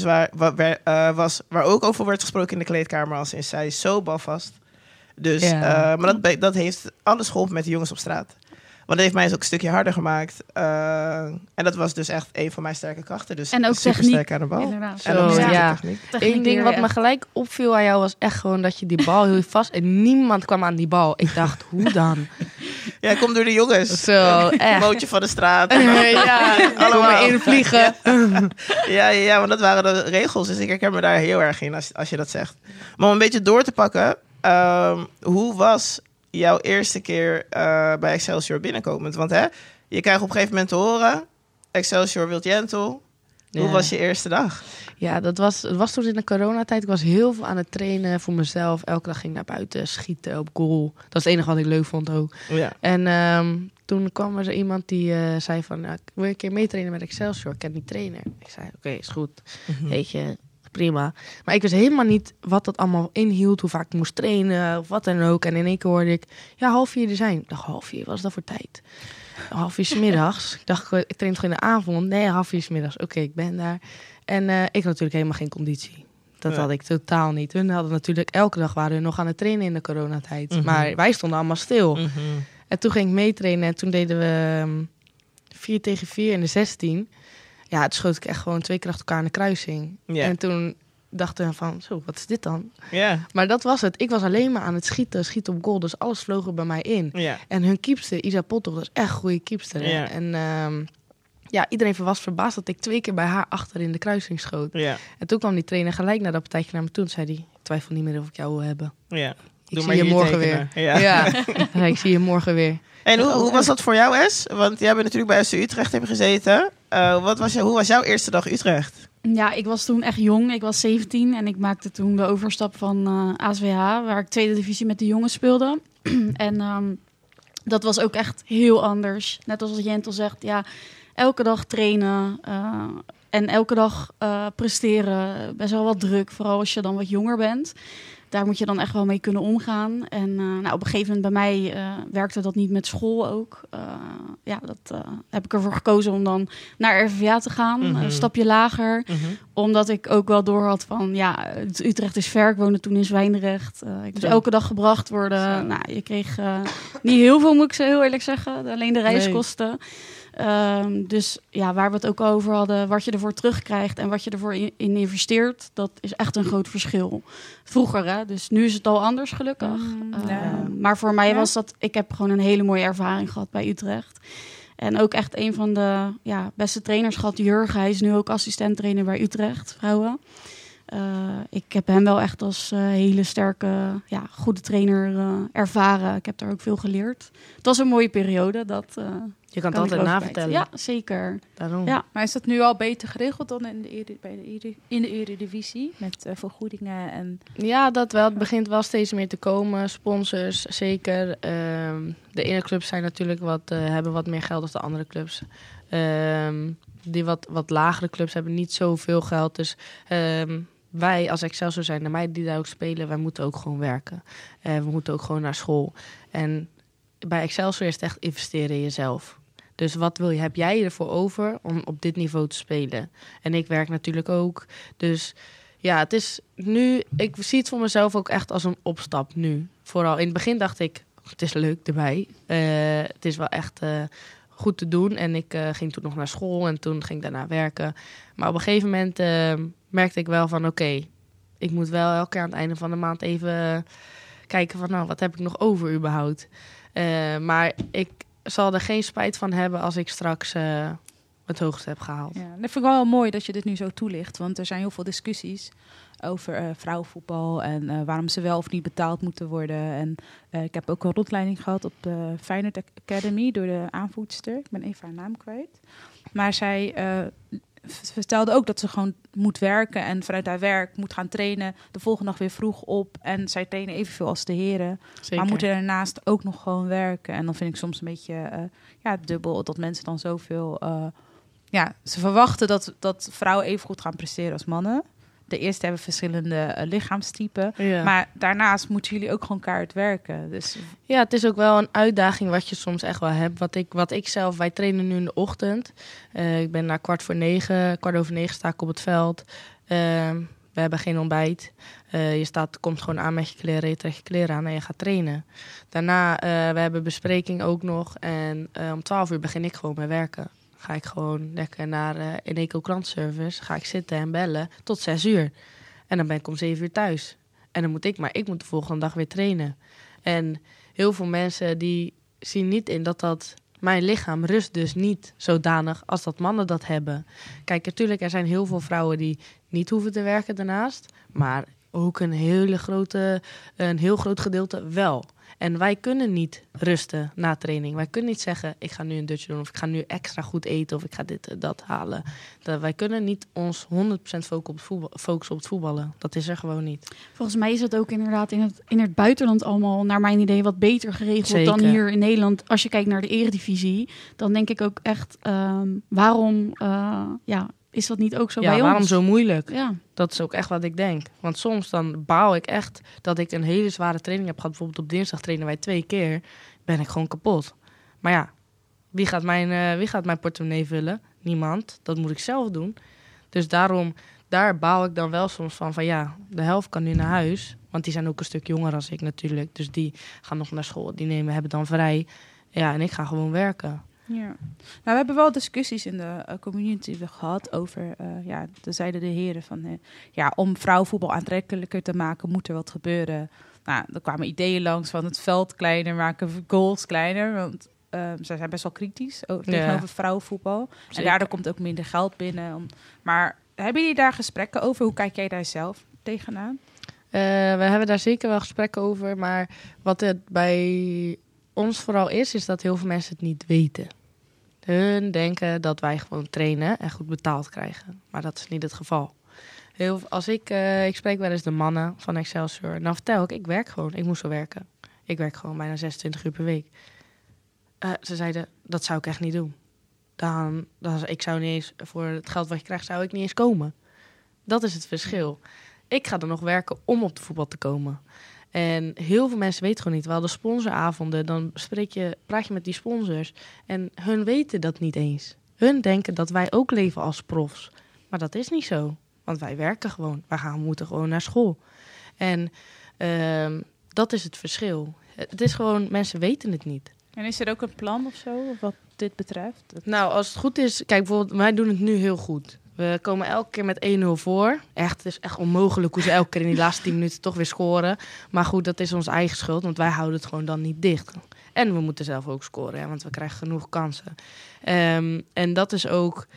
waar ook over werd gesproken in de kleedkamer. Als sinds zij is zo balvast. Dus, maar dat heeft alles geholpen met de jongens op straat. Want dat heeft mij ook een stukje harder gemaakt. En dat was dus echt een van mijn sterke krachten. Dus En ook super techniek. sterk aan de bal. Inderdaad. En ook Ja. techniek. Eén ding wat me gelijk opviel aan jou was echt gewoon dat je die bal hield vast en niemand kwam aan die bal. Ik dacht, hoe dan? Ja, kom door de jongens. Zo, echt. Mootje van de straat. Ja, allemaal invliegen. Ja, want dat waren de regels. Dus ik herken me daar heel erg in als je dat zegt. Maar om een beetje door te pakken. Hoe was jouw eerste keer bij Excelsior binnenkomend? Want je krijgt op een gegeven moment te horen... Excelsior Wild Jentel. Hoe was je eerste dag? Ja, het was toen in de coronatijd. Ik was heel veel aan het trainen voor mezelf. Elke dag ging ik naar buiten schieten op goal. Dat is het enige wat ik leuk vond ook. Ja. En toen kwam er iemand die zei van... wil je een keer meetrainen met Excelsior? Ik ken die trainer. Ik zei, oké, is goed. Weet je, prima. Maar ik wist helemaal niet wat dat allemaal inhield. Hoe vaak ik moest trainen of wat dan ook. En in één keer hoorde ik, 3:30 er zijn. Ik dacht, 3:30, wat is dat voor tijd? 3:30 's middags. Ik dacht, ik train toch in de avond? Nee, 3:30 's middags. Oké, ik ben daar. En ik had natuurlijk helemaal geen conditie. Dat had ik totaal niet. Hun hadden natuurlijk elke dag waren hun nog aan het trainen in de coronatijd. Maar wij stonden allemaal stil. En toen ging ik meetrainen en toen deden we 4 tegen 4 in de 16. Ja, toen schoot ik echt gewoon 2 keer achter elkaar in de kruising. Yeah. En toen dachten we van, zo, wat is dit dan? Ja. Maar dat was het. Ik was alleen maar aan het schieten op goal. Dus alles vloog er bij mij in. Ja. En hun keepster, Isa Potter, dat is echt een goede keepster. Hè? Ja. En iedereen was verbaasd dat ik 2 keer bij haar achter in de kruising schoot. Ja. En toen kwam die trainer gelijk naar dat partijtje naar me toe. En zei hij, ik twijfel niet meer of ik jou wil hebben. Ja. Ik zie je morgen weer. Ja. Ja. Ik zie je morgen weer. En hoe was dat voor jou, Es? Want jij bent natuurlijk bij FC Utrecht hebben gezeten. Hoe was jouw eerste dag Utrecht? Ja, ik was toen echt jong. Ik was 17 en ik maakte toen de overstap van ASWH, waar ik tweede divisie met de jongens speelde. En dat was ook echt heel anders. Net als Jentel zegt, ja, elke dag trainen en elke dag presteren. Best wel wat druk, vooral als je dan wat jonger bent. Daar moet je dan echt wel mee kunnen omgaan. En op een gegeven moment bij mij werkte dat niet met school ook. Dat heb ik ervoor gekozen om dan naar RVVA te gaan. Een stapje lager. Omdat ik ook wel door had van... Ja, Utrecht is ver. Ik woonde toen in Zwijndrecht. Ik moest elke dag gebracht worden. Nou, je kreeg niet heel veel, moet ik zo heel eerlijk zeggen. Alleen de reiskosten. Dus ja, waar we het ook over hadden, wat je ervoor terugkrijgt en wat je ervoor in investeert, dat is echt een groot verschil. Vroeger, hè? Dus nu is het al anders, gelukkig. Maar voor mij was dat, ik heb gewoon een hele mooie ervaring gehad bij Utrecht. En ook echt een van de beste trainers gehad, Jurgen. Hij is nu ook assistent-trainer bij Utrecht, vrouwen. Ik heb hem wel echt als hele sterke, goede trainer ervaren. Ik heb daar ook veel geleerd. Het was een mooie periode. Je kan het altijd navertellen. Ja, zeker. Daarom. Ja. Maar is dat nu al beter geregeld dan in de Eredivisie? Met vergoedingen en... Ja, dat wel. Het begint wel steeds meer te komen. Sponsors, zeker. De ene clubs zijn natuurlijk hebben wat meer geld dan de andere clubs. Die wat lagere clubs hebben niet zoveel geld. Dus wij als Excelsior zijn, de meiden die daar ook spelen, wij moeten ook gewoon werken. We moeten ook gewoon naar school. En bij Excelsior is het echt investeren in jezelf. Dus wat heb jij ervoor over om op dit niveau te spelen? En ik werk natuurlijk ook. Dus ja, het is nu... Ik zie het voor mezelf ook echt als een opstap nu. Vooral in het begin dacht ik, het is leuk erbij. Het is wel echt goed te doen. En ik ging toen nog naar school en toen ging ik daarna werken. Maar op een gegeven moment merkte ik wel van oké, ik moet wel elke keer aan het einde van de maand even kijken van wat heb ik nog over überhaupt? Maar ik zal er geen spijt van hebben als ik straks het hoogste heb gehaald. Ja, dat vind ik wel mooi dat je dit nu zo toelicht. Want er zijn heel veel discussies over vrouwenvoetbal en waarom ze wel of niet betaald moeten worden. En ik heb ook een rondleiding gehad op de Feyenoord Academy door de aanvoerster. Ik ben even haar naam kwijt. Maar zij vertelde ook dat ze gewoon moet werken en vanuit haar werk moet gaan trainen. De volgende dag weer vroeg op en zij trainen evenveel als de heren. Zeker. Maar moeten daarnaast ook nog gewoon werken. En dan vind ik soms een beetje dubbel dat mensen dan zoveel... ze verwachten dat vrouwen even goed gaan presteren als mannen. De eerste hebben verschillende lichaamstypen. Ja. Maar daarnaast moeten jullie ook gewoon keihard werken. Dus... Ja, het is ook wel een uitdaging wat je soms echt wel hebt. Wat ik zelf, wij trainen nu in de ochtend. Ik ben naar 8:45 sta ik op het veld. We hebben geen ontbijt. Je komt gewoon aan met je kleren, je trekt je kleren aan en je gaat trainen. Daarna, we hebben bespreking ook nog. En om 12:00 begin ik gewoon met werken. Ga ik gewoon lekker naar Eneco klantservice. Ga ik zitten en bellen tot 6:00. En dan ben ik om 7:00 thuis. En dan moet ik de volgende dag weer trainen. En heel veel mensen die zie niet in dat mijn lichaam rust dus niet zodanig als dat mannen dat hebben. Kijk, natuurlijk, er zijn heel veel vrouwen die niet hoeven te werken daarnaast. Maar ook een heel groot gedeelte wel. En wij kunnen niet rusten na training. Wij kunnen niet zeggen, ik ga nu een dutje doen... of ik ga nu extra goed eten of ik ga dit dat halen. Wij kunnen niet ons 100% focussen op het voetballen. Dat is er gewoon niet. Volgens mij is het ook inderdaad in het buitenland allemaal... naar mijn idee wat beter geregeld Zeker. dan hier in Nederland. Als je kijkt naar de eredivisie... dan denk ik ook echt, waarom is dat niet ook zo bij ons? Ja, waarom zo moeilijk? Ja. Dat is ook echt wat ik denk. Want soms dan baal ik echt dat ik een hele zware training heb gehad. Bijvoorbeeld op dinsdag trainen wij 2 keer. Ben ik gewoon kapot. Maar ja, wie gaat mijn portemonnee vullen? Niemand. Dat moet ik zelf doen. Dus daar baal ik dan wel soms van ja, de helft kan nu naar huis. Want die zijn ook een stuk jonger als ik natuurlijk. Dus die gaan nog naar school. Hebben dan vrij. Ja, en ik ga gewoon werken. Ja. Nou, we hebben wel discussies in de community gehad over, de zeiden de heren van, om vrouwenvoetbal aantrekkelijker te maken, moet er wat gebeuren. Nou, er kwamen ideeën langs van het veld kleiner maken, goals kleiner, want zij zijn best wel kritisch tegenover vrouwenvoetbal. Zeker. En daardoor komt ook minder geld binnen. Maar hebben jullie daar gesprekken over? Hoe kijk jij daar zelf tegenaan? We hebben daar zeker wel gesprekken over, maar wat het bij ons vooral is dat heel veel mensen het niet weten. Hun denken dat wij gewoon trainen en goed betaald krijgen. Maar dat is niet het geval. Ik spreek wel eens de mannen van Excelsior. Dan vertel ik werk gewoon. Ik moest zo werken. Ik werk gewoon bijna 26 uur per week. Ze zeiden, dat zou ik echt niet doen. Ik zou niet eens, voor het geld wat je krijgt, zou ik niet eens komen. Dat is het verschil. Ik ga er nog werken om op de voetbal te komen. En heel veel mensen weten gewoon niet. Wel de sponsoravonden, dan praat je met die sponsors. En hun weten dat niet eens. Hun denken dat wij ook leven als profs. Maar dat is niet zo. Want wij werken gewoon. Moeten gewoon naar school. En dat is het verschil. Het is gewoon, mensen weten het niet. En is er ook een plan of zo, wat dit betreft? Nou, als het goed is... Kijk, bijvoorbeeld, wij doen het nu heel goed. We komen elke keer met 1-0 voor. Het is echt onmogelijk hoe ze elke keer in die laatste 10 minuten toch weer scoren. Maar goed, dat is onze eigen schuld, want wij houden het gewoon dan niet dicht. En we moeten zelf ook scoren, want we krijgen genoeg kansen. En dat is ook...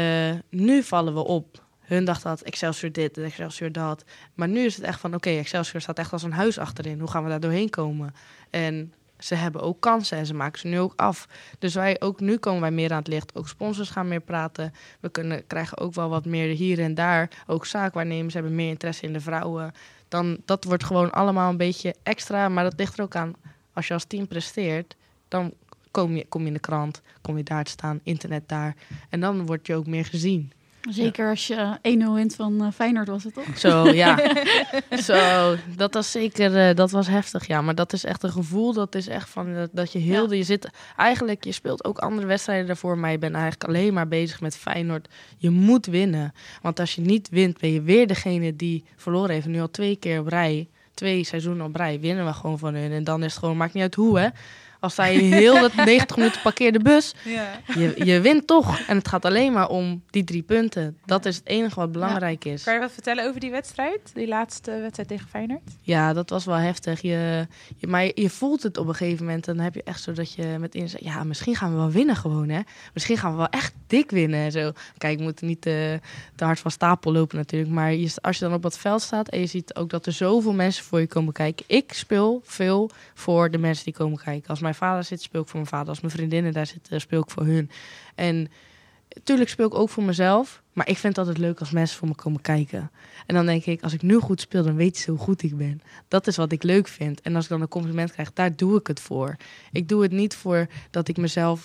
nu vallen we op. Hun dachten dat Excelsior dit, Excelsior dat. Maar nu is het echt van, oké, Excelsior staat echt als een huis achterin. Hoe gaan we daar doorheen komen? En ze hebben ook kansen en ze maken ze nu ook af. Dus nu komen wij meer aan het licht. Ook sponsors gaan meer praten. We krijgen ook wel wat meer hier en daar. Ook zaakwaarnemers hebben meer interesse in de vrouwen. Dat wordt gewoon allemaal een beetje extra. Maar dat ligt er ook aan. Als je als team presteert, dan kom je in de krant. Kom je daar te staan, internet daar. En dan word je ook meer gezien. Zeker als je 1-0 wint van Feyenoord was het toch? Zo, ja. Zo, dat was zeker, dat was heftig, ja. Maar dat is echt een gevoel, dat is echt van, dat je je zit... Eigenlijk, je speelt ook andere wedstrijden daarvoor, maar je bent eigenlijk alleen maar bezig met Feyenoord. Je moet winnen. Want als je niet wint, ben je weer degene die verloren heeft. Nu al 2 keer op rij, 2 seizoenen op rij, winnen we gewoon van hun. En dan is het gewoon, maakt niet uit hoe, hè. Als sta je heel dat 90 minuten parkeer de bus, je wint toch. En het gaat alleen maar om die 3 punten. Dat is het enige wat belangrijk is. Kan je wat vertellen over die wedstrijd? Die laatste wedstrijd tegen Feyenoord? Ja, dat was wel heftig. Maar je voelt het op een gegeven moment. Dan heb je echt zo dat je meteen zegt, ja, misschien gaan we wel winnen gewoon, hè. Misschien gaan we wel echt dik winnen en zo. Kijk, we moeten niet te hard van stapel lopen natuurlijk. Maar als je dan op het veld staat en je ziet ook dat er zoveel mensen voor je komen kijken. Ik speel veel voor de mensen die komen kijken. Als mijn vader zit, speel ik voor mijn vader. Als mijn vriendinnen daar zitten, speel ik voor hun. En natuurlijk speel ik ook voor mezelf. Maar ik vind het altijd leuk als mensen voor me komen kijken. En dan denk ik, als ik nu goed speel, dan weten ze hoe goed ik ben. Dat is wat ik leuk vind. En als ik dan een compliment krijg, daar doe ik het voor. Ik doe het niet voor dat ik mezelf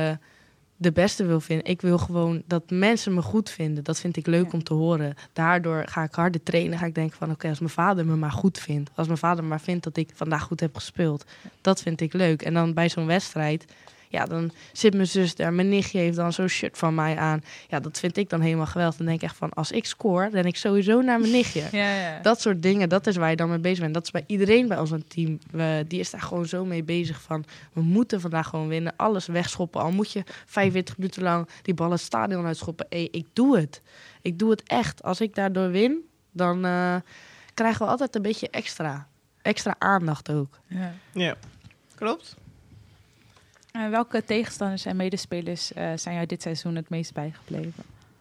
de beste wil vinden. Ik wil gewoon dat mensen me goed vinden. Dat vind ik leuk om te horen. Daardoor ga ik harder trainen. Ga ik denken van, oké, als mijn vader me maar goed vindt. Als mijn vader maar vindt dat ik vandaag goed heb gespeeld. Dat vind ik leuk. En dan bij zo'n wedstrijd, ja, dan zit mijn zus daar. Mijn nichtje heeft dan zo'n shirt van mij aan. Ja, dat vind ik dan helemaal geweldig. Dan denk ik echt van, als ik score, dan denk ik sowieso naar mijn nichtje. Ja. Dat soort dingen, dat is waar je dan mee bezig bent. Dat is bij iedereen bij ons een team. Die is daar gewoon zo mee bezig van, we moeten vandaag gewoon winnen. Alles wegschoppen. Al moet je 45 minuten lang die bal het stadion uitschoppen. Ik doe het. Ik doe het echt. Als ik daardoor win, dan krijgen we altijd een beetje extra aandacht ook. Ja. Ja, klopt. Welke tegenstanders en medespelers zijn jou dit seizoen het meest bijgebleven?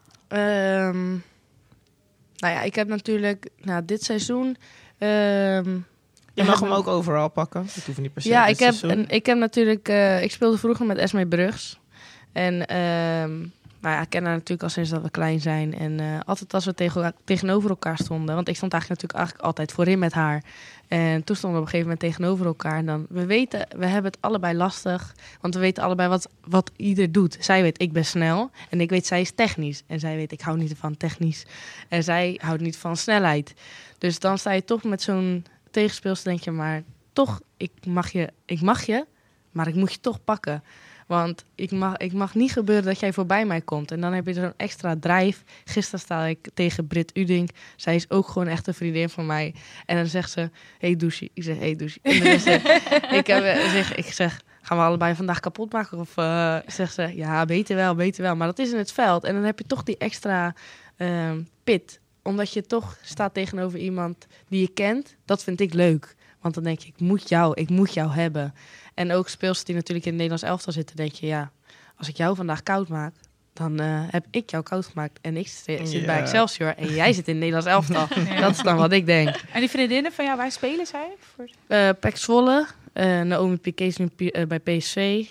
Nou ja, ik heb natuurlijk dit seizoen... Je mag hem ook overal pakken. Dat hoeft niet per se. Ja, dit ik heb natuurlijk... ik speelde vroeger met Esmee Brugs. En nou ja, ik ken haar natuurlijk al sinds dat we klein zijn. En altijd als we tegenover elkaar stonden... Want ik stond eigenlijk altijd voorin met haar. En toen stonden we op een gegeven moment tegenover elkaar. En dan, we hebben het allebei lastig. Want we weten allebei wat ieder doet. Zij weet, ik ben snel. En ik weet, zij is technisch. En zij weet, ik hou niet van technisch. En zij houdt niet van snelheid. Dus dan sta je toch met zo'n tegenspeelster, denk je, maar toch, ik mag je, maar ik moet je toch pakken. Want ik mag niet gebeuren dat jij voorbij mij komt. En dan heb je zo'n extra drijf. Gisteren sta ik tegen Britt Udink. Zij is ook gewoon echt een vriendin van mij. En dan zegt ze, hey douche. Ik zeg, hey douche. En dan ik zeg, gaan we allebei vandaag kapot maken? Of zegt ze, ja, beter wel. Maar dat is in het veld. En dan heb je toch die extra pit. Omdat je toch staat tegenover iemand die je kent. Dat vind ik leuk. Want dan denk je, ik moet jou hebben. En ook speelsters die natuurlijk in het Nederlands elftal zitten, denk je, ja, als ik jou vandaag koud maak, dan heb ik jou koud gemaakt. En ik zit bij Excelsior en jij zit in het Nederlands elftal. Ja. Dat is dan wat ik denk. En die vriendinnen van jou, waar spelen zij? PEC Zwolle, Naomi Piquet is nu bij PSV.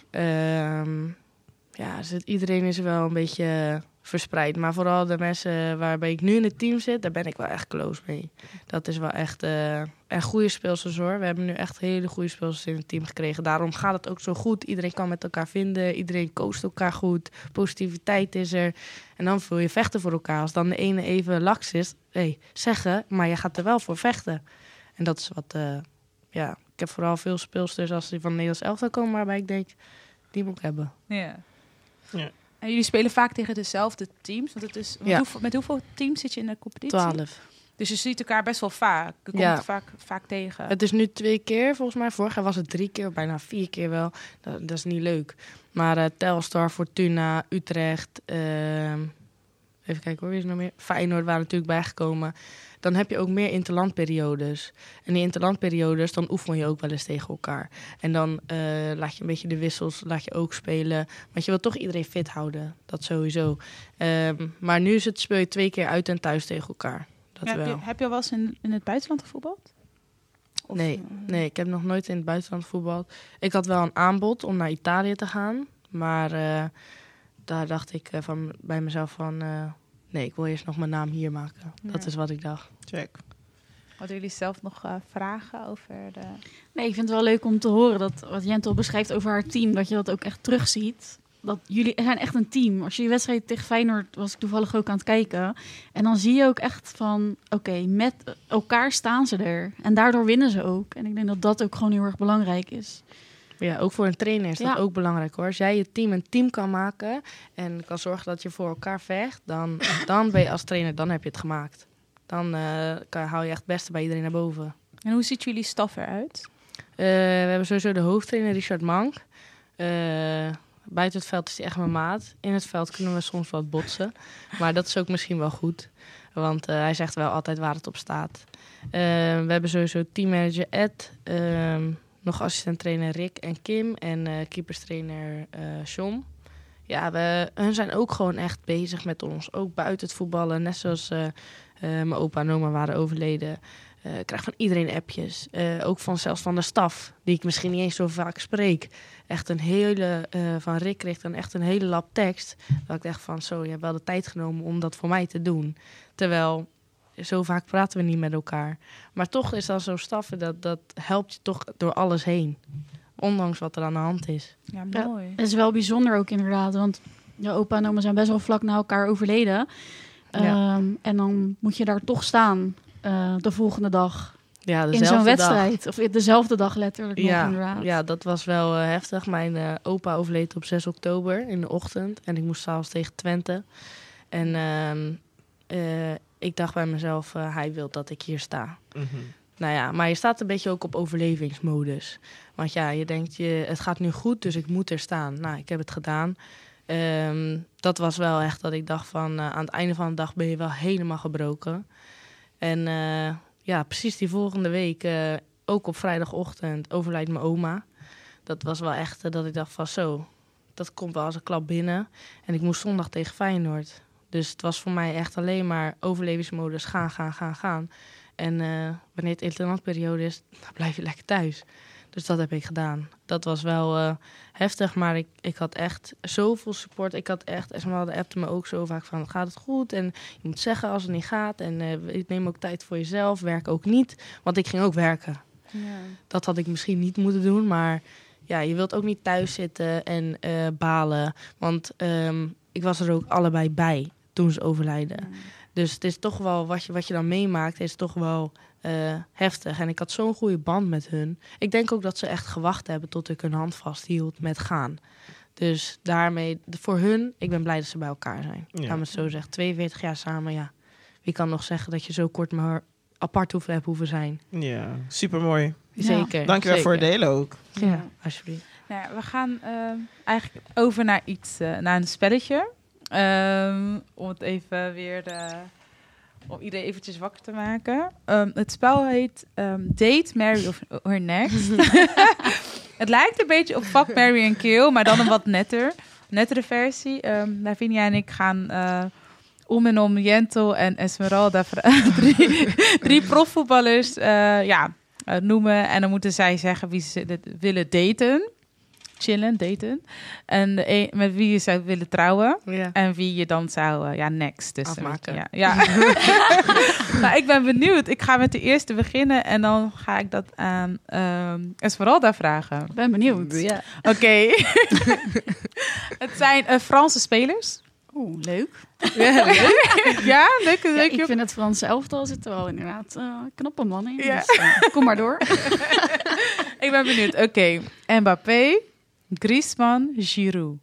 Iedereen is wel een beetje verspreid. Maar vooral de mensen waarbij ik nu in het team zit, daar ben ik wel echt close mee. Dat is wel echt een goede speelsters hoor. We hebben nu echt hele goede speelsters in het team gekregen. Daarom gaat het ook zo goed. Iedereen kan met elkaar vinden. Iedereen coacht elkaar goed. Positiviteit is er. En dan wil je vechten voor elkaar. Als dan de ene even laks is, zeggen, maar je gaat er wel voor vechten. En dat is wat, ik heb vooral veel speelsters als die van Nederlands elftal komen, waarbij ik denk, die moet ik hebben. Ja. En jullie spelen vaak tegen dezelfde teams? Want het is, met hoeveel teams zit je in de competitie? 12. Dus je ziet elkaar best wel vaak. Je komt vaak tegen. Het is nu 2 keer volgens mij. Vorig jaar was het 3 keer, bijna 4 keer wel. Dat is niet leuk. Maar Telstar, Fortuna, Utrecht... even kijken hoor, wie is er nog meer? Feyenoord waren natuurlijk bijgekomen. Dan heb je ook meer interlandperiodes. En die interlandperiodes, dan oefen je ook wel eens tegen elkaar. En dan laat je een beetje de wissels ook spelen. Want je wil toch iedereen fit houden. Dat sowieso. Maar nu speel je 2 keer uit en thuis tegen elkaar. Heb je al wel eens in het buitenland gevoetbald? Nee, ik heb nog nooit in het buitenland gevoetbald. Ik had wel een aanbod om naar Italië te gaan. Maar daar dacht ik bij mezelf van... nee, ik wil eerst nog mijn naam hier maken. Ja. Dat is wat ik dacht. Check. Hadden jullie zelf nog vragen over de... Nee, ik vind het wel leuk om te horen dat wat Jentel beschrijft over haar team, dat je dat ook echt terugziet. Dat jullie zijn echt een team. Als je die wedstrijd tegen Feyenoord was ik toevallig ook aan het kijken. En dan zie je ook echt van, oké, met elkaar staan ze er. En daardoor winnen ze ook. En ik denk dat dat ook gewoon heel erg belangrijk is. Ja, ook voor een trainer is dat ook belangrijk hoor. Als jij je team een team kan maken en kan zorgen dat je voor elkaar vecht, dan ben je als trainer, dan heb je het gemaakt. Dan haal je echt het beste bij iedereen naar boven. En hoe ziet jullie staf eruit? We hebben sowieso de hoofdtrainer Richard Mank. Buiten het veld is hij echt mijn maat. In het veld kunnen we soms wat botsen. Maar dat is ook misschien wel goed. Want hij zegt wel altijd waar het op staat. We hebben sowieso teammanager Ed. Nog assistent-trainer Rick en Kim. En keeperstrainer John. Ja, hun zijn ook gewoon echt bezig met ons. Ook buiten het voetballen. Net zoals mijn opa en oma waren overleden. Ik krijg van iedereen appjes. Ook zelfs van de staf, die ik misschien niet eens zo vaak spreek. Echt een hele, van Rick kreeg dan echt een hele lap tekst. Dat ik dacht van, je hebt wel de tijd genomen om dat voor mij te doen. Terwijl, zo vaak praten we niet met elkaar. Maar toch is dat zo'n staf, dat helpt je toch door alles heen. Ondanks wat er aan de hand is. Ja, mooi. Ja, dat is wel bijzonder ook inderdaad, want je opa en oma zijn best wel vlak na elkaar overleden. Ja. En dan moet je daar toch staan de volgende dag. Ja, in zo'n wedstrijd. Of dezelfde dag letterlijk nog inderdaad. Ja, dat was wel heftig. Mijn opa overleed op 6 oktober in de ochtend. En ik moest 's avonds tegen Twente. En ik dacht bij mezelf, hij wil dat ik hier sta. Mm-hmm. Nou ja, maar je staat een beetje ook op overlevingsmodus. Want ja, je denkt, het gaat nu goed, dus ik moet er staan. Nou, ik heb het gedaan. Dat was wel echt dat ik dacht van, aan het einde van de dag ben je wel helemaal gebroken. En precies die volgende week, ook op vrijdagochtend, overlijdt mijn oma. dat was wel echt dat ik dacht van zo, dat komt wel als een klap binnen. En ik moest zondag tegen Feyenoord. Dus het was voor mij echt alleen maar overlevingsmodus gaan. En wanneer het internatperiode is, dan blijf je lekker thuis. Dus dat heb ik gedaan. Dat was wel heftig, maar ik had echt zoveel support. Ik had echt, Esmeralda appte me ook zo vaak van, gaat het goed? En je moet zeggen als het niet gaat. En neem ook tijd voor jezelf, werk ook niet. Want ik ging ook werken. Ja. Dat had ik misschien niet moeten doen, maar ja, je wilt ook niet thuis zitten en balen. Want ik was er ook allebei bij toen ze overlijden. Ja. Dus het is toch wel, wat je dan meemaakt, is toch wel heftig. En ik had zo'n goede band met hun. Ik denk ook dat ze echt gewacht hebben tot ik hun hand vasthield met gaan. Dus daarmee, voor hun, ik ben blij dat ze bij elkaar zijn. Ja. Laat me het zo zeggen. 42 jaar samen, ja. Wie kan nog zeggen dat je zo kort maar apart hoeven zijn? Ja, supermooi. Ja. Zeker. Dankjewel voor het zeker. delen ook. Ja, alsjeblieft. Nou ja, we gaan eigenlijk over naar naar een spelletje. Om het even weer om iedereen eventjes wakker te maken. Het spel heet Date, Marry or Next. Het lijkt een beetje op Fuck, Marry and Kill, maar dan een wat nettere versie. Lavinia en ik gaan om en om Jentel en Esmeralda drie profvoetballers noemen. En dan moeten zij zeggen wie ze willen daten. Daten. En met wie je zou willen trouwen. Ja. En wie je dan zou, next. Dus Afmaken. Ja. Nou, ik ben benieuwd. Ik ga met de eerste beginnen. En dan ga ik dat aan Esmeralda vragen. Ik ben benieuwd. Ja. Oké. Het zijn Franse spelers. Oeh, leuk. Ja, leuk. Ja, leuk ik vind het Franse elftal zit er wel inderdaad knappe man in. Ja. Dus, kom maar door. Ik ben benieuwd. Oké. Mbappé, Griezmann, Giroud.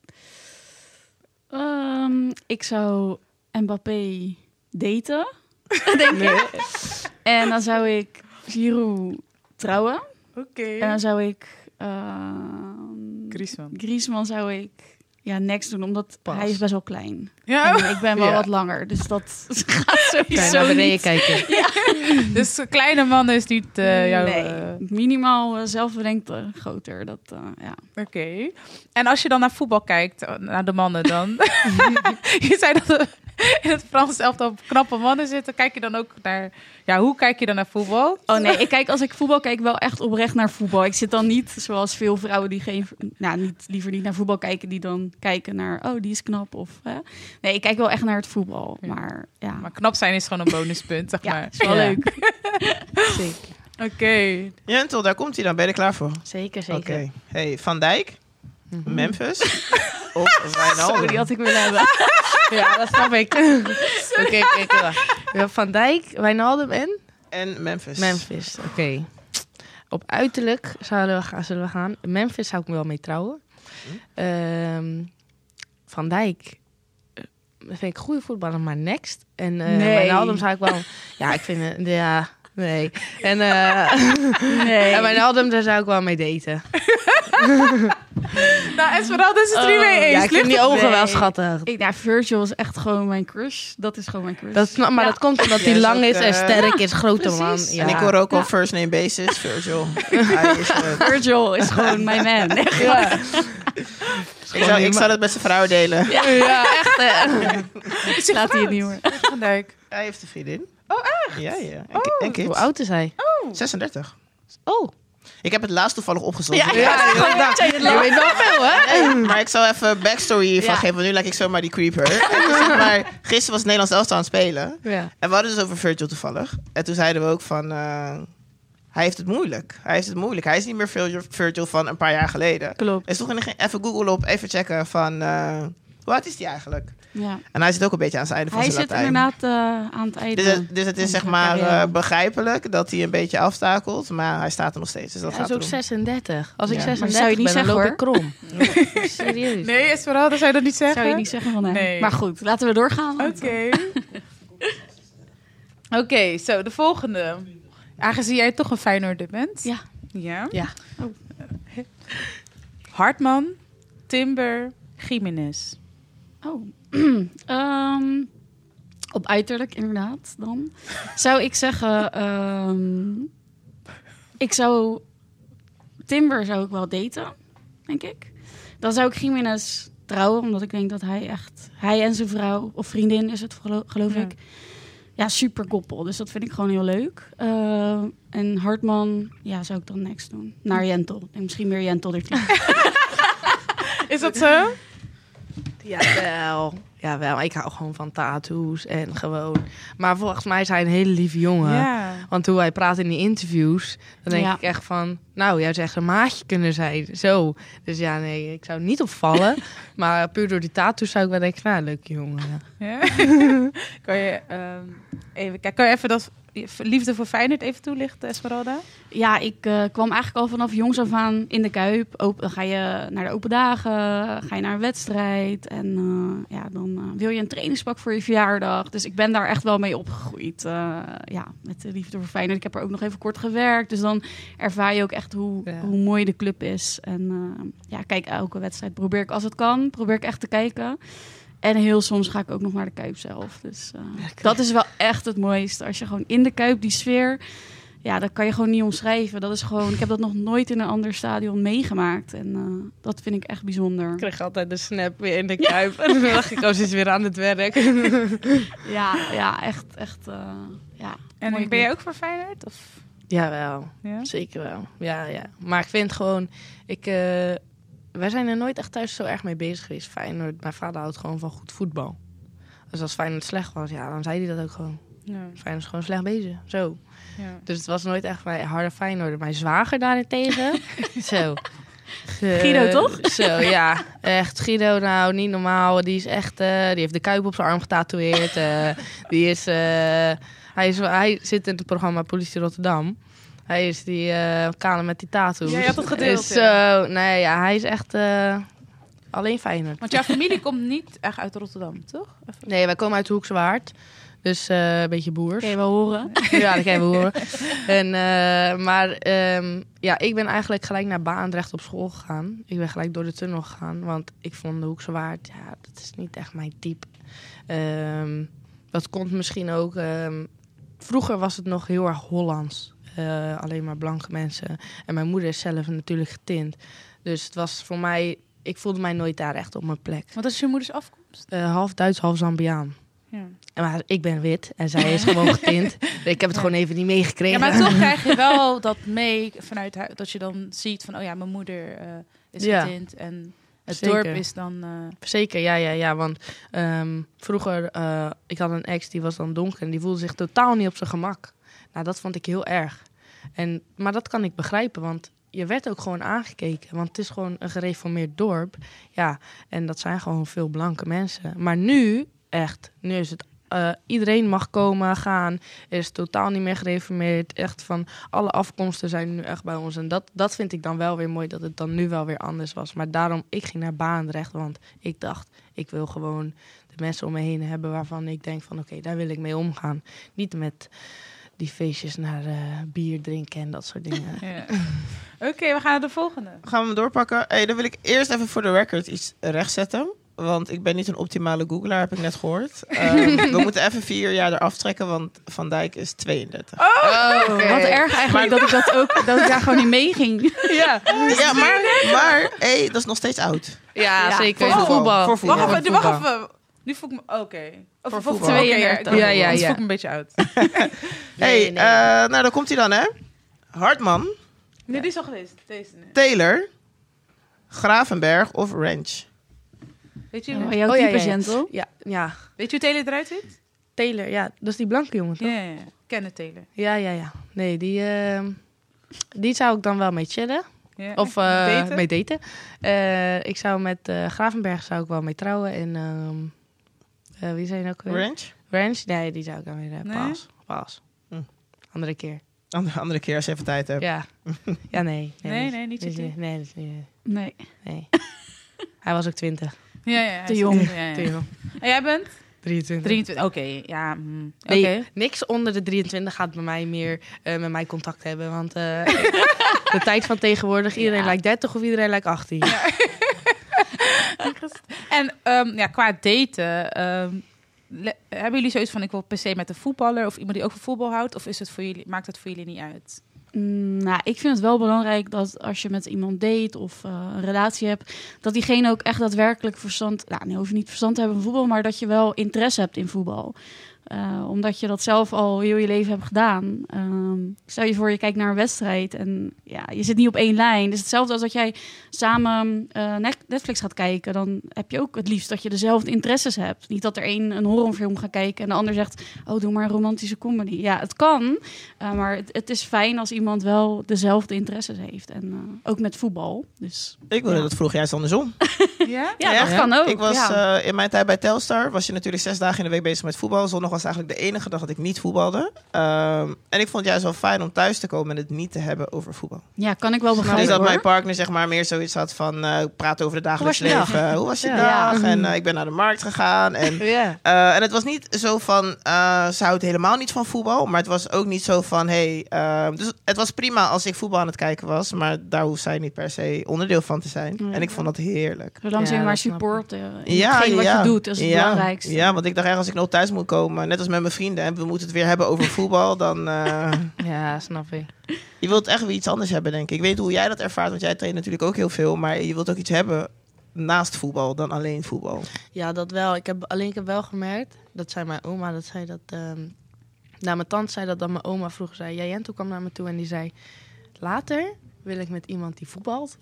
Ik zou Mbappé daten, denk ik. En dan zou ik Giroud trouwen. Oké. En dan zou ik Griezmann. Griezmann zou ik next doen, omdat Pas. hij is best wel klein. Ja. En ik ben wel Ja. wat langer, dus dat gaat Kan je sowieso naar beneden niet. kijken? Dus kleine man is niet jouw... Nee, minimaal zelfbedenkt groter. Dat, ja. Oké. En als je dan naar voetbal kijkt, naar de mannen dan... Je zei dat er in het Frans elftal knappe mannen zitten. Kijk je dan ook naar... Ja, hoe kijk je dan naar voetbal? Oh nee, als ik voetbal kijk, wel echt oprecht naar voetbal. Ik zit dan niet, zoals veel vrouwen die liever niet naar voetbal kijken, die dan kijken naar, oh, die is knap. Of, nee, ik kijk wel echt naar het voetbal. Ja. Maar ja, Maar knap zijn is gewoon een bonuspunt, zeg ja, maar. is wel Ja. leuk. Zeker. Oké. Jentel, daar komt hij dan. Ben je er klaar voor? Zeker. Oké. Hey, Van Dijk, Mhm. Memphis of Wijnaldum? Zo, die had ik willen hebben. Ja, dat snap ik. Oké, wacht. We hebben Van Dijk, Wijnaldum en En Memphis. Memphis. Oké. Op uiterlijk zullen we gaan. Memphis zou ik me wel mee trouwen. Van Dijk vind ik een goede voetballer, maar next. En Nee. Wijnaldum zou ik wel... Ja, ik vind het... Ja, nee. En, Nee. en Wijnaldum, daar zou ik wel mee daten. Nou, Esmeralda is het er niet mee eens. Ja, ik vind die ogen wel schattig. Virgil is echt gewoon mijn crush. Dat is gewoon mijn crush. Maar dat komt omdat hij Ja, lang is is ook, en sterk is, grote man. precies. Ja. En ik hoor ook al first name basis, Virgil. Hij is, Virgil is gewoon mijn man. Ja. ik zal het met zijn vrouw delen. Ja, echt. Laat hij het niet horen. Van Dijk. Hij heeft een vriendin. Oh, echt? Ja. En kids. Hoe oud is hij? 36. Oh. Ik heb het laatst toevallig opgezocht. Ja, je weet wel veel, hè? Nee, maar ik zal even backstory hiervan Ja. geven. Want nu lijkt ik zomaar die creeper. En dus, zeg maar, gisteren was het Nederlands elftal aan het spelen. Ja. En we hadden dus over Virgil toevallig. En toen zeiden we ook van... hij heeft het moeilijk. Hij is niet meer Virgil van een paar jaar geleden. Klopt. Dus toen ging ik even googlen op, even checken van... hoe oud is die eigenlijk? Ja. En hij zit ook een beetje aan zijn einde van Hij zijn zit Latijn. inderdaad aan het einde. Dus het is van zeg zijn maar carrière. begrijpelijk dat hij een beetje aftakelt. Maar hij staat er nog steeds. Dus dat Hij gaat is ook erom. 36. Als ik Ja. 36 Maar zou je niet ben, dan zeggen, loop ik krom. Serieus. Nee, Esmeralda, zou je dat niet zeggen? Zou je niet zeggen van hem. Nee. Maar goed, laten we doorgaan. want- Oké, zo, de volgende. Aangezien jij toch een Feyenoorder bent. Ja. Ja. Ja. Hartman, Timber, Gimenez. Oh. Op uiterlijk, inderdaad, dan. Zou ik zeggen... ik zou Timber zou ik wel daten, denk ik. Dan zou ik Jiménez trouwen, omdat ik denk dat hij en zijn vrouw, of vriendin is het geloof ik, ja, super koppel. Dus dat vind ik gewoon heel leuk. En Hartman, ja, zou ik dan next doen. Naar Jentel. En misschien meer Jentel ertussen. Is dat zo? Jawel, ik hou gewoon van tattoos en gewoon... Maar volgens mij is hij een hele lieve jongen. Ja. Want hoe hij praat in die interviews, dan denk ik echt van... Nou, jij zou echt een maatje kunnen zijn. Zo. Dus ja, nee, ik zou niet opvallen. Maar puur door die tattoos zou ik wel denken... Nou, leuke jongen. Ja. Ja. Kan je even kijken? Kan je even dat liefde voor Feyenoord even toelichten, Esmeralda? Ja, ik kwam eigenlijk al vanaf jongs af aan in de Kuip. Dan ga je naar de open dagen, ga je naar een wedstrijd. En dan wil je een trainingspak voor je verjaardag. Dus ik ben daar echt wel mee opgegroeid. Met de liefde voor Feyenoord. Ik heb er ook nog even kort gewerkt. Dus dan ervaar je ook echt hoe mooi de club is. En kijk, elke wedstrijd probeer ik als het kan. Probeer ik echt te kijken. En heel soms ga ik ook nog naar de Kuip zelf. Dus dat is wel echt het mooiste. Als je gewoon in de Kuip, die sfeer... Ja, dat kan je gewoon niet omschrijven. Dat is gewoon... Ik heb dat nog nooit in een ander stadion meegemaakt. En dat vind ik echt bijzonder. Ik kreeg altijd de snap weer in de Kuip. En dan dacht ik, ze is weer aan het werk. Ja, echt. En mooi ben je club. ook voor Feyenoord? Of? Jawel, Ja? zeker wel. Ja. Maar ik vind gewoon... wij zijn er nooit echt thuis zo erg mee bezig geweest. Feyenoord, mijn vader houdt gewoon van goed voetbal. Dus als Feyenoord slecht was, ja, dan zei hij dat ook gewoon. Ja. Feyenoord is gewoon slecht bezig. Zo. Ja. Dus het was nooit echt mijn harde Feyenoorder. Mijn zwager daarentegen. Zo. Guido, toch? Zo, ja. Echt, Guido, nou, niet normaal. Die is echt... die heeft de Kuip op zijn arm getatoeëerd. Hij zit in het programma Politie Rotterdam. Hij is die kale met die tattoos. Ja, je had het gedeeld, Zo, ja. nee, ja, hij is echt alleen Feyenoord. Want jouw familie komt niet echt uit Rotterdam, toch? Even- Nee, wij komen uit de Hoekse Waard. Dus een beetje boers. Kun je wel horen. Ja, dat kan je wel horen. Ik ben eigenlijk gelijk naar Baandrecht op school gegaan. Ik ben gelijk door de tunnel gegaan. Want ik vond de Hoekse Waard, ja, dat is niet echt mijn type. Dat komt misschien ook... vroeger was het nog heel erg Hollands. Alleen maar blanke mensen. En mijn moeder is zelf natuurlijk getint. Dus het was voor mij... Ik voelde mij nooit daar echt op mijn plek. Want dat is je moeders afkomst? Half Duits, half Zambiaan. Ja. Maar ik ben wit en zij is gewoon getint. Ik heb het gewoon even niet Ja, meegekregen. maar toch krijg je wel dat mee vanuit dat je dan ziet van, oh ja, mijn moeder is Ja. getint en het Zeker. dorp is dan... Zeker, ja. Want vroeger, ik had een ex die was dan donker en die voelde zich totaal niet op zijn gemak. Nou, dat vond ik heel erg. Maar dat kan ik begrijpen, want je werd ook gewoon aangekeken. Want het is gewoon een gereformeerd dorp. Ja, en dat zijn gewoon veel blanke mensen. Maar nu is het... iedereen mag komen, gaan. Er is totaal niet meer gereformeerd. Echt van alle afkomsten zijn nu echt bij ons. En dat vind ik dan wel weer mooi, dat het dan nu wel weer anders was. Maar daarom, ik ging naar Baandrecht, want ik dacht, ik wil gewoon de mensen om me heen hebben waarvan ik denk van, oké, daar wil ik mee omgaan. Niet met die feestjes naar bier drinken en dat soort dingen. Ja. Oké, we gaan naar de volgende. Gaan we hem doorpakken? Hey, dan wil ik eerst even voor de record iets rechtzetten. Want ik ben niet een optimale googelaar, heb ik net gehoord. We moeten even 4 jaar eraf trekken, want Van Dijk is 32. Wat erg eigenlijk dat ik daar gewoon niet mee ging. Ja, Ja, maar hey, dat is nog steeds oud. ja, zeker. voor voetbal. Voor voetbal. Wacht even, Voetbal. wacht even. Nu voel ik me... Oké. Voor Voor voetbal. 32. Ja, ja, Anders ja. voel ik me een beetje oud. Nee. Nou, dan komt hij dan, hè. Hartman, Nee, die is al geweest. Deze. Nee. Taylor, Gravenberg of Ranch. Weet je, Oh, jouw Oh, type ja. gentle. Ja. weet je hoe Taylor eruit ziet? Taylor, ja, dat is die blanke jongen, toch? Ja. Kennen Taylor. Ja. Nee, die zou ik dan wel mee chillen. Ja. Of Daten? mee daten. Ik zou met Gravenberg zou ik wel mee trouwen. En wie zijn ook weer? Ranch? Ranch? Nee, die zou ik dan weer Nee? pas. Hm. Andere keer. Andere keer als je even tijd hebt. Ja. Ja, nee. Nee, niet zo Nee, type. nee, dat is niet- Nee. nee. Hij was ook 20. Ja, Te jong. Ja. Te jong. En jij bent? 23. 23. Oké, ja. Oké. Nee, niks onder de 23 gaat bij mij meer met mij contact hebben. Want de tijd van tegenwoordig, iedereen lijkt 30 of iedereen lijkt 18. En qua daten, hebben jullie zoiets van, ik wil per se met een voetballer of iemand die ook van voetbal houdt? Of is het voor jullie, maakt het voor jullie niet uit? Nou, ik vind het wel belangrijk dat als je met iemand date of een relatie hebt, dat diegene ook echt daadwerkelijk verstand... Nou, dan hoef je niet verstand te hebben van voetbal, maar dat je wel interesse hebt in voetbal. Omdat je dat zelf al heel je leven hebt gedaan. Stel je voor, je kijkt naar een wedstrijd en ja, je zit niet op één lijn. Dus hetzelfde als dat jij samen Netflix gaat kijken. Dan heb je ook het liefst dat je dezelfde interesses hebt. Niet dat er een horrorfilm gaat kijken en de ander zegt... oh, doe maar een romantische comedy. Ja, het kan, maar het is fijn als iemand wel dezelfde interesses heeft. En ook met voetbal. Dus, Ik wilde dat vroeg juist andersom. Ja? Ja, dat kan ook. Ik was ja. in mijn tijd bij Telstar, was je natuurlijk 6 dagen in de week bezig met voetbal. Zondag was eigenlijk de enige dag dat ik niet voetbalde. En ik vond het juist wel fijn om thuis te komen en het niet te hebben over voetbal. Ja, kan ik wel Dus begrijpen, dat hoor. mijn partner zeg maar meer zoiets had van praten over het dagelijks Hoe was je leven. Hoe was je Ja. dag? En ik ben naar de markt gegaan. En, Ja. en het was niet zo van, ze houdt helemaal niet van voetbal. Maar het was ook niet zo van, dus het was prima als ik voetbal aan het kijken was. Maar daar hoeft zij niet per se onderdeel van te zijn. Nee. En ik vond dat heerlijk. Zolang ze Ja, je maar dat snap ik. supporten in hetgeen wat je doet, dat is het belangrijkste. Ja, want ik dacht echt als ik nog thuis moet komen, net als met mijn vrienden, en we moeten het weer hebben over voetbal, dan... Ja, snap ik. Je wilt echt weer iets anders hebben, denk ik. Ik weet hoe jij dat ervaart, want jij traint natuurlijk ook heel veel, maar je wilt ook iets hebben naast voetbal dan alleen voetbal. Ja, dat wel. Ik heb wel gemerkt, dat zei mijn oma, dat zei dat... nou, mijn tante zei dat mijn oma vroeger zei... Ja, Jento kwam naar me toe en die zei... Later wil ik met iemand die voetbalt.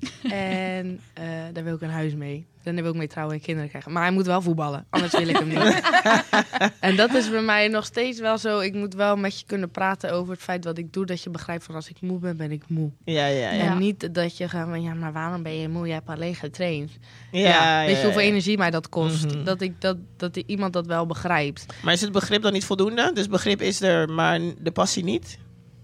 En daar wil ik een huis mee. Dan wil ik mee trouwen en kinderen krijgen. Maar hij moet wel voetballen, anders wil ik hem niet. En dat is bij mij nog steeds wel zo. Ik moet wel met je kunnen praten over het feit wat ik doe. Dat je begrijpt van als ik moe ben, ben ik moe. Ja. En niet dat je gaat van... Ja, maar waarom ben je moe? Je hebt alleen getraind. Ja, Weet je hoeveel ja. energie mij dat kost? Mhm. Dat iemand dat wel begrijpt. Maar is het begrip dan niet voldoende? Dus begrip is er, maar de passie niet?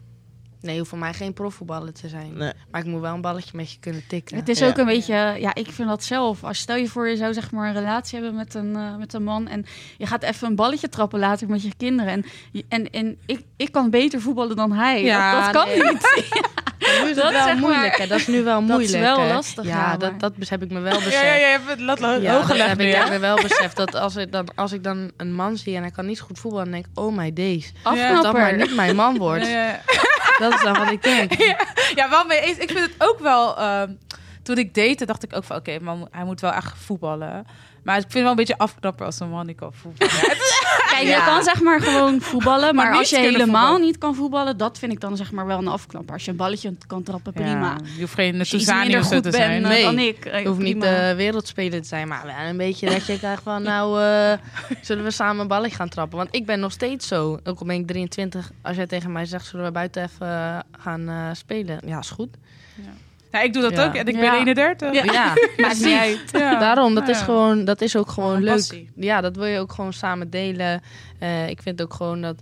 Nee, hoeft voor mij geen profvoetballer te zijn. Nee. Maar ik moet wel een balletje met je kunnen tikken. Het is ook een beetje, ja, ik vind dat zelf. Als stel je voor, je zou zeg maar een relatie hebben met een man en je gaat even een balletje trappen later met je kinderen. En ik kan beter voetballen dan hij. Ja, dat kan nee. niet. Nu is Dat het wel zeg maar- moeilijk, hè. Dat is nu wel Dat moeilijk, is wel hè. lastig, Ja, ja, dat heb ik me wel beseft. Ja, je hebt het lat Ja, hoog dat gelegd heb nu, ik ja? me wel beseft. Dat als ik dan een man zie en hij kan niet zo goed voetballen... dan denk ik, oh my days. Ja. Als dat maar niet mijn man wordt. Ja. Dat is dan wat ik denk. Ja, wel mee eens. Ik vind het ook wel... toen ik date, dacht ik ook van... Oké, man, hij moet wel echt voetballen. Maar ik vind het wel een beetje afknappen als een man niet kan voetballen. Kijk, je kan zeg maar gewoon voetballen, maar niet als je kunnen helemaal voetballen. niet kan voetballen, dat vind ik dan zeg maar wel een afknapper. Als je een balletje kan trappen, prima. Ja, je hoeft geen Als je iets Touzani minder of zo goed te bent zijn. Nee. dan ik. Je hoeft niet prima. wereldspeler te zijn, maar wel een beetje dat je krijgt van... Nou, zullen we samen een balletje gaan trappen? Want ik ben nog steeds zo. Ook al ben ik 23. Als jij tegen mij zegt, zullen we buiten even gaan spelen? Ja, is goed. Nou, ik doe dat Ja. ook en ik Ja. ben 31. Ja. Ja, Maakt niet uit. Ja. daarom. Dat Ja. is gewoon, dat is ook gewoon Een leuk. passie. Ja, dat wil je ook gewoon samen delen. Ik vind ook gewoon dat,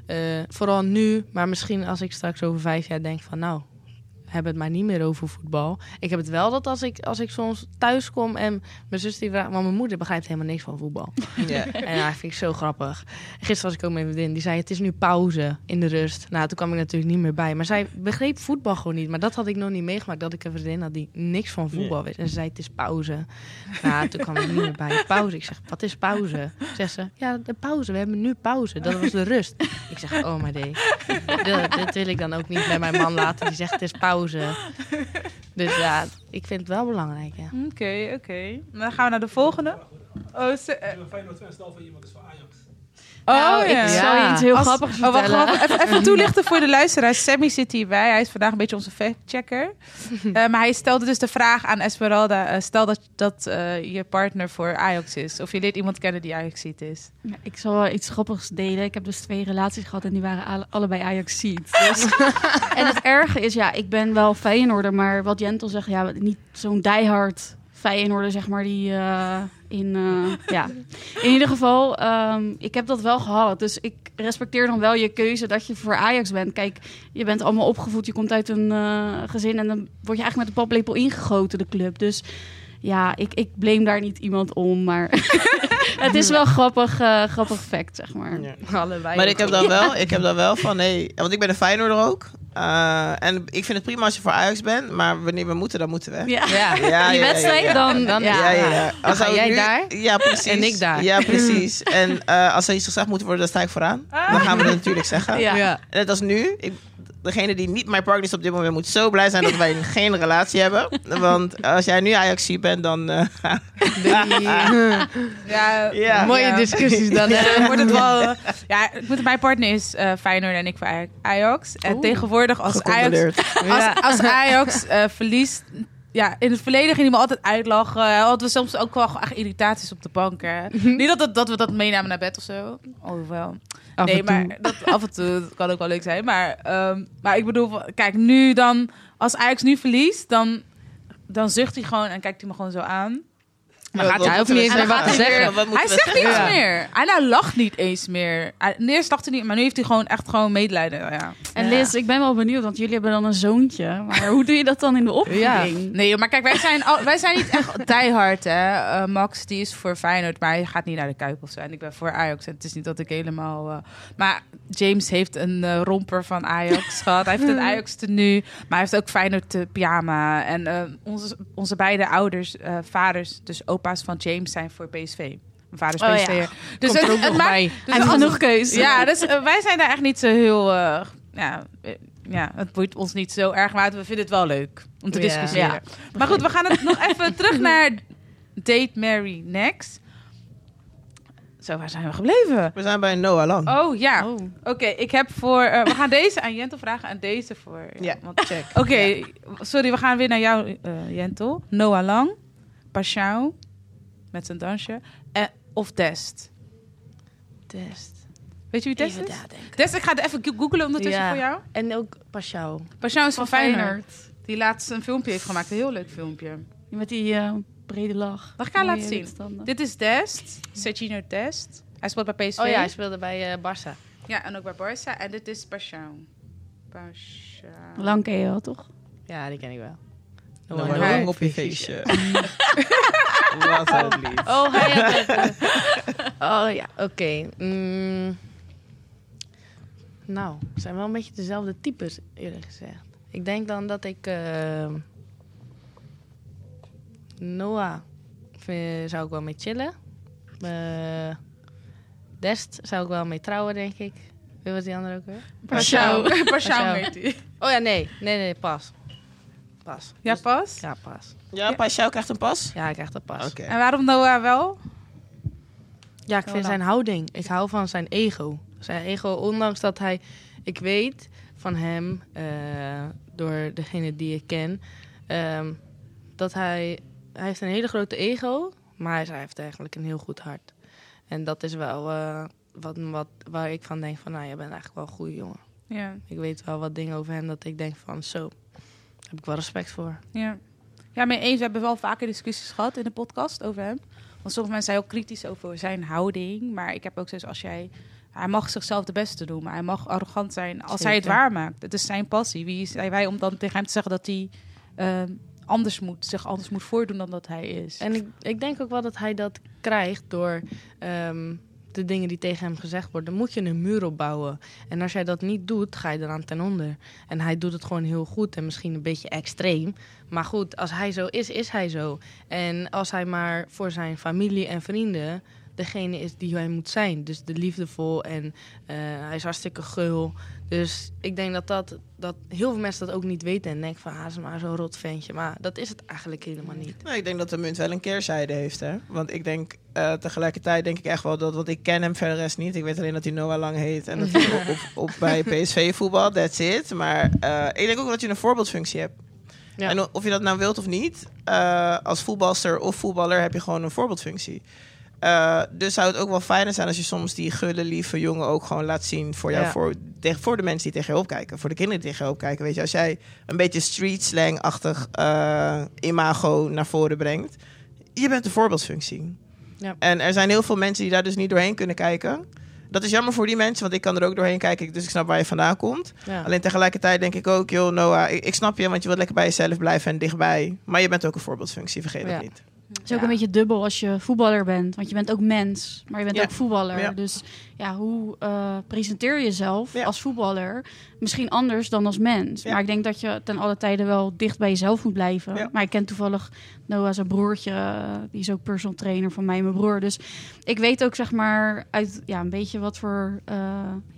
vooral nu, maar misschien als ik straks over 5 jaar denk van... Nou, hebben het maar niet meer over voetbal. Ik heb het wel dat als ik soms thuis kom en mijn zus die vraagt... Want mijn moeder begrijpt helemaal niks van voetbal. Ja. En ja, vind ik zo grappig. Gisteren was ik ook met mijn vriendin. Die zei, het is nu pauze in de rust. Nou, toen kwam ik natuurlijk niet meer bij. Maar zij begreep voetbal gewoon niet. Maar dat had ik nog niet meegemaakt. Dat ik een vriendin had die niks van voetbal wist. En ze zei, het is pauze. Nou, toen kwam ik niet meer bij. Pauze. Ik zeg, wat is pauze? Zegt ze, ja, de pauze. We hebben nu pauze. Dat was de rust. Ik zeg, oh my day. Dit wil ik dan ook niet bij mijn man laten. Die zegt, het is pauze. Dus ja, ik vind het wel belangrijk, ja. Oké. Dan gaan we naar de volgende. Oh, Feyenoord-fan, stel voor iemand is van Ajax. oh ja. Ik zal je iets heel grappigs Oh, wacht, vertellen. even toelichten voor de luisteraars. Sammy zit hierbij. Hij is vandaag een beetje onze factchecker. Maar hij stelde dus de vraag aan Esmeralda. Stel dat je partner voor Ajax is. Of je leert iemand kennen die Ajaxiet is. Ja, ik zal wel iets grappigs delen. Ik heb dus 2 relaties gehad en die waren allebei Ajaxiet. Dus, en het erge is, ja, ik ben wel Feyenoorder, maar wat Jentel zegt, ja, niet zo'n diehard Feyenoorder, zeg maar, die ja. In ieder geval, ik heb dat wel gehad. Dus ik respecteer dan wel je keuze dat je voor Ajax bent. Kijk, je bent allemaal opgevoed, je komt uit een gezin en dan word je eigenlijk met de paplepel ingegoten, de club. Dus ja, ik blame daar niet iemand om, maar het is wel grappig fact, zeg maar. Ja. Allebei. Maar ik heb dan wel van, want ik ben een Feyenoorder ook. En ik vind het prima als je voor Ajax bent, maar wanneer we moeten, dan moeten we. Ja. Ja. Die wedstrijd dan... Dan- ja. Ja. Dan ga zou jij nu- daar Ja, precies. en ik daar. Ja, precies. En als er iets gezegd moet worden, dan sta ik vooraan. Dan gaan we dat natuurlijk zeggen. Ja. Ja. En net als nu, degene die niet mijn partner is op dit moment moet zo blij zijn dat wij geen relatie hebben. Want als jij nu Ajaxie bent, dan... Ja, Mooie discussies dan. Dan wordt het wel... mijn partner is Feyenoord en ik voor Ajax. En tegenwoordig als Ajax verliest... Ja, in het verleden ging hij me altijd uitlachen. Hadden we soms ook wel echt irritaties op de bank. Hè. Niet dat we dat meenamen naar bed of zo. Oh, wel. Maar af en toe dat kan ook wel leuk zijn. Maar ik bedoel, kijk, nu dan... Als Ajax nu verliest, dan zucht hij gewoon en kijkt hij me gewoon zo aan. Maar gaat hij ook niet eens meer wat te zeggen? Hij zegt niets meer. Hij lacht niet eens meer. Eerst lacht hij niet, maar nu heeft hij gewoon medelijden. Ja. En Liz, ik ben wel benieuwd, want jullie hebben dan een zoontje. Maar hoe doe je dat dan in de opvoeding? Ja. Nee, maar kijk, wij zijn niet echt diehard, hè. Max, die is voor Feyenoord, maar hij gaat niet naar de Kuip of zo. En ik ben voor Ajax. En het is niet dat ik helemaal... Maar James heeft een romper van Ajax gehad. Hij heeft een Ajax tenue, maar hij heeft ook Feyenoord pyjama. En onze beide ouders, vaders, dus opa's van James zijn voor PSV. Mijn vader is PSV. Ja. Dus het maakt dus genoeg keuze. Ja, dus wij zijn daar echt niet zo heel... het boeit ons niet zo erg, maar we vinden het wel leuk om te discussiëren. Ja. Maar goed, we gaan het nog even terug naar Date, Marry, Next. Zo, waar zijn we gebleven? We zijn bij Noah Lang. Oh, ja. Oké, ik heb voor... we gaan deze aan Jentel vragen en deze voor... Ja, check. Oké, sorry, we gaan weer naar jou, Jentel. Noah Lang, Pashao, met zijn dansje, of Dest. Weet je wie Dest is? Dest, ik ga het even googlen ondertussen voor jou. En ook Pashao. Pashao is van Feyenoord. Die laatst een filmpje heeft gemaakt. Een heel leuk filmpje. Met die brede lach. Dat ga ik laten zien. Dit is Dest. Sergino Dest. Hij speelt bij PSV. Oh ja, hij speelde bij Barça. Ja, en ook bij Barça. En dit is Pashao. Lang ken je wel, toch? Ja, die ken ik wel. Noah Lang op je feestje. Wat een lief. Oh, hij had het. Oh ja, oké. Nou, het zijn wel een beetje dezelfde types, eerlijk gezegd. Ik denk dan dat ik... Noah zou ik wel mee chillen. Dest zou ik wel mee trouwen, denk ik. Wie was die andere ook weer? Pashao heet hij. Oh ja, nee, pas. Ja, pas? Ja, pas. Ja, Pashao krijgt een pas? Ja, hij krijgt een pas. Oké. En waarom Noah wel? Ja, ik vind zijn houding. Ik hou van zijn ego. Zijn ego, ondanks dat hij... Ik weet van hem, door degene die ik ken... dat hij heeft een hele grote ego... maar hij heeft eigenlijk een heel goed hart. En dat is wel waar ik van denk van... nou, jij bent eigenlijk wel een goede jongen. Ja. Ik weet wel wat dingen over hem dat ik denk van... zo, daar heb ik wel respect voor. Ja. Ja, mee eens. We hebben wel vaker discussies gehad in de podcast over hem. Want sommige mensen zijn heel kritisch over zijn houding. Maar ik heb ook zoiets hij mag zichzelf de beste doen. Maar hij mag arrogant zijn als hij het waarmaakt. Het is zijn passie. Wie zijn wij om dan tegen hem te zeggen dat hij zich anders moet voordoen dan dat hij is? En ik denk ook wel dat hij dat krijgt door... de dingen die tegen hem gezegd worden, moet je een muur opbouwen. En als jij dat niet doet, ga je eraan ten onder. En hij doet het gewoon heel goed en misschien een beetje extreem. Maar goed, als hij zo is, is hij zo. En als hij maar voor zijn familie en vrienden degene is die hij moet zijn. Dus de liefdevol en hij is hartstikke gul. Dus ik denk dat heel veel mensen dat ook niet weten en denken van, hij is maar zo'n rot ventje. Maar dat is het eigenlijk helemaal niet. Nou, ik denk dat de munt wel een keerzijde heeft, hè. Want ik denk, tegelijkertijd denk ik echt wel dat, want ik ken hem verder rest niet. Ik weet alleen dat hij Noah Lang heet en dat hij bij PSV voetbal, that's it. Maar ik denk ook dat je een voorbeeldfunctie hebt. Ja. En of je dat nou wilt of niet, als voetbalster of voetballer heb je gewoon een voorbeeldfunctie. Dus zou het ook wel fijner zijn als je soms die gulle, lieve jongen ook gewoon laat zien voor jou, voor de mensen die tegen je opkijken, voor de kinderen die tegen je opkijken. Weet je, als jij een beetje street slang-achtig imago naar voren brengt, je bent de voorbeeldfunctie. Ja. En er zijn heel veel mensen die daar dus niet doorheen kunnen kijken. Dat is jammer voor die mensen, want ik kan er ook doorheen kijken, dus ik snap waar je vandaan komt. Ja. Alleen tegelijkertijd denk ik ook, joh, Noah, ik snap je, want je wilt lekker bij jezelf blijven en dichtbij. Maar je bent ook een voorbeeldfunctie, vergeet dat niet. Het is ook een beetje dubbel als je voetballer bent. Want je bent ook mens, maar je bent ook voetballer. Ja. Dus ja, hoe presenteer je jezelf als voetballer? Misschien anders dan als mens. Ja. Maar ik denk dat je ten alle tijde wel dicht bij jezelf moet blijven. Ja. Maar ik ken toevallig Noah, zijn broertje. Die is ook personal trainer van mij en mijn broer. Dus ik weet ook zeg maar uit een beetje wat voor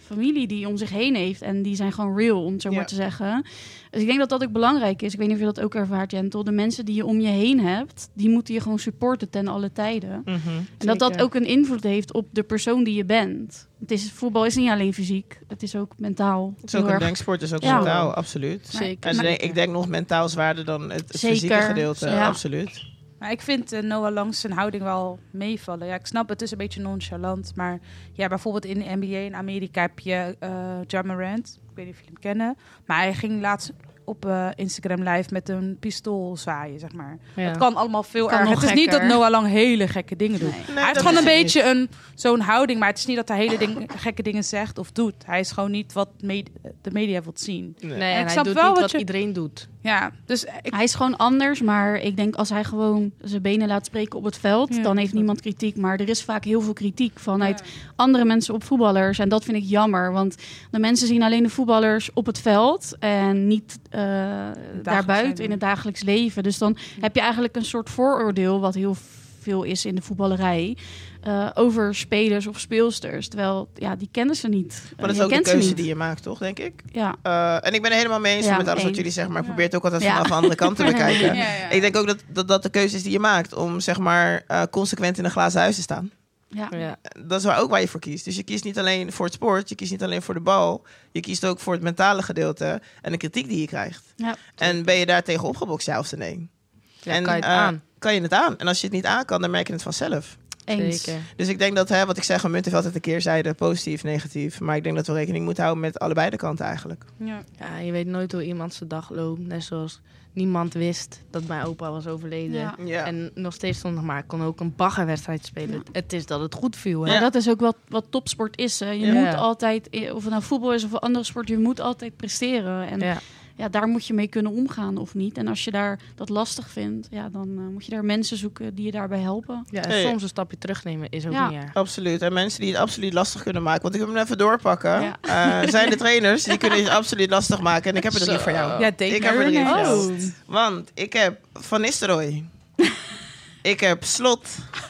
familie die om zich heen heeft. En die zijn gewoon real, om het zo Ja. maar te zeggen. Dus ik denk dat dat ook belangrijk is. Ik weet niet of je dat ook ervaart, Jentel. De mensen die je om je heen hebt, die moeten je gewoon supporten ten alle tijden. Mhm. En dat Zeker. ook een invloed heeft op de persoon die je bent. Voetbal is niet alleen fysiek, het is ook mentaal. Het is ook heel een erg. denksport, is ook Ja. mentaal, absoluut. Zeker. En ik denk nog mentaal zwaarder dan het Zeker. fysieke gedeelte, Ja. absoluut. Maar ik vind Noah Lang zijn houding wel meevallen. Ja, ik snap het is een beetje nonchalant. Maar ja, bijvoorbeeld in de NBA in Amerika heb je Ja Morant. Ik weet niet of jullie hem kennen. Maar hij ging laatst op Instagram live met een pistool zwaaien, zeg maar. Ja. Het kan allemaal veel Kan erger. nog Het is niet dat gekker. Noah Lang hele gekke dingen doet. Nee. Hij heeft dat gewoon een is het beetje zo'n houding. Maar het is niet dat hij gekke dingen zegt of doet. Hij is gewoon niet wat de media wilt zien. Nee. Nee, Ik en hij snap doet wel niet wat wat je- iedereen doet. Ja, dus Hij is gewoon anders, maar ik denk als hij gewoon zijn benen laat spreken op het veld, Ja, dan heeft dat- niemand kritiek. Maar er is vaak heel veel kritiek vanuit andere mensen op voetballers. En dat vind ik jammer, want de mensen zien alleen de voetballers op het veld en niet daarbuiten leven. in het dagelijks leven. Dus dan heb je eigenlijk een soort vooroordeel, wat heel veel is in de voetballerij, over spelers of speelsters. Terwijl, ja, die kennen ze niet. Maar dat is Je ook de kent ze keuze niet. die je maakt, toch, denk ik? Ja. En ik ben het helemaal mee eens Ja, met alles wat eens. jullie zeggen, maar ik Ja. probeer het ook altijd Ja. vanaf de andere kant te bekijken. Ja. Ik denk ook dat de keuze is die je maakt om, zeg maar, consequent in een glazen huis te staan. Ja. Ja. Dat is ook waar je voor kiest. Dus je kiest niet alleen voor het sport, je kiest niet alleen voor de bal. Je kiest ook voor het mentale gedeelte en de kritiek die je krijgt. Ja. En ben je daar tegen opgebokst, ja of nee? Ja, En kan je het aan. Kan je het aan. En als je het niet aan kan, dan merk je het vanzelf. Eens. Zeker. Dus ik denk dat, wat ik zeg, een munt heeft altijd een keerzijde, positief, negatief. Maar ik denk dat we rekening moeten houden met allebei de kanten eigenlijk. Ja. Ja, je weet nooit hoe iemand zijn dag loopt. Net zoals niemand wist dat mijn opa was overleden. Ja. Ja. En nog steeds stond nog maar, ik kon ook een baggerwedstrijd spelen. Ja. Het is dat het goed viel. Hè? Maar dat is ook wat topsport is. Hè. Je Ja. moet altijd, of het nou voetbal is of een andere sport, je moet altijd presteren. En Ja. daar moet je mee kunnen omgaan of niet. En als je daar dat lastig vindt, ja, dan moet je daar mensen zoeken die je daarbij helpen. Ja, en Hey. soms een stapje terugnemen is ook Ja. niet erg. Absoluut. En mensen die het absoluut lastig kunnen maken. Want ik wil hem even doorpakken. Ja. Zijn de trainers, die kunnen het absoluut lastig maken. En ik heb er drie voor jou. Ja, Dave Ik heb er drie voor Mariners. jou. Want ik heb Van Nistelrooy. Ik heb Slot.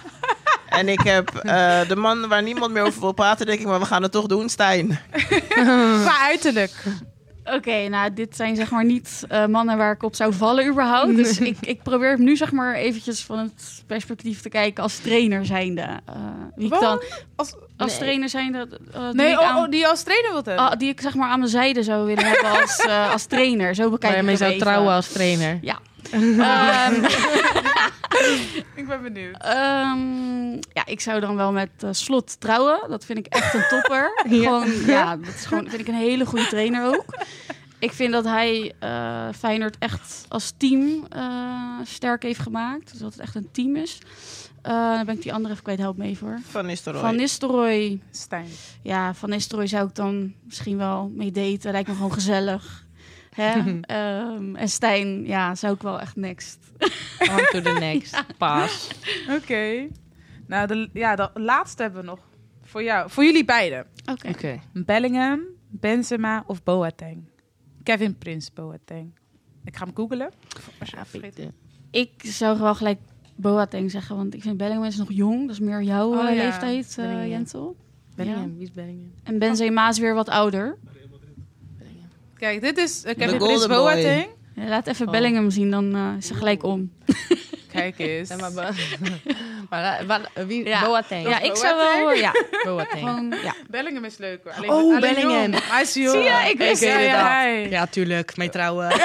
En ik heb de man waar niemand meer over wil praten, denk ik. Maar we gaan het toch doen, Stijn. Qua uiterlijk. Oké, nou, dit zijn zeg maar niet mannen waar ik op zou vallen überhaupt. Dus ik probeer nu zeg maar eventjes van het perspectief te kijken als trainer zijnde. Wie ik Wat? dan Als- als Nee. trainer zijnde... die Nee, ik aan- die je als trainer wilt hebben. die ik zeg maar aan mijn zijde zou willen hebben als trainer. Zo bekijk Waar je ik mee het zou even. trouwen als trainer. Ja. Ehm, Ik ben benieuwd. ja, ik zou dan wel met Slot trouwen. Dat vind ik echt een topper. Gewoon, ja, dat is gewoon, vind ik een hele goede trainer ook. Ik vind dat hij Feyenoord echt als team sterk heeft gemaakt. Dus dat het echt een team is. Dan ben ik die andere even kwijt. Help me even hoor. Van Nistelrooy. Van Nistelrooy. Stijn. Ja, Van Nistelrooy zou ik dan misschien wel mee daten. Lijkt me gewoon gezellig. Hè? En Stijn, ja, zou ik wel echt next. On to the next. Paas. Oké. Nou, de laatste hebben we nog. Voor jou. Voor jullie beiden. Oké. Oké. Bellingham, Benzema of Boateng? Kevin Prince Boateng. Ik ga hem googlen. Als je Ja, het vergeet. Ik zou wel gelijk Boateng zeggen, want ik vind Bellingham is nog jong. Dat is meer jouw Oh, ja. leeftijd, Bellingham. Jentel. Bellingham, wie is Bellingham? En Benzema is weer wat ouder. Kijk, dit is Kevin De Prince golden boy. Boateng. Ja, laat even Oh. Bellingham zien, dan is ze gelijk om. Kijk eens. Ja, maar wie? Ja. Boateng. Ja, ik zou wel... Ja, Boateng. gewoon... Ja. Bellingham is leuk hoor. Alleen, Oh, alleen Bellingham. jong. Hij is jong. Zie je, ik wist ja, het ja, al. hij. Ja, tuurlijk. Mee trouwen. Ja.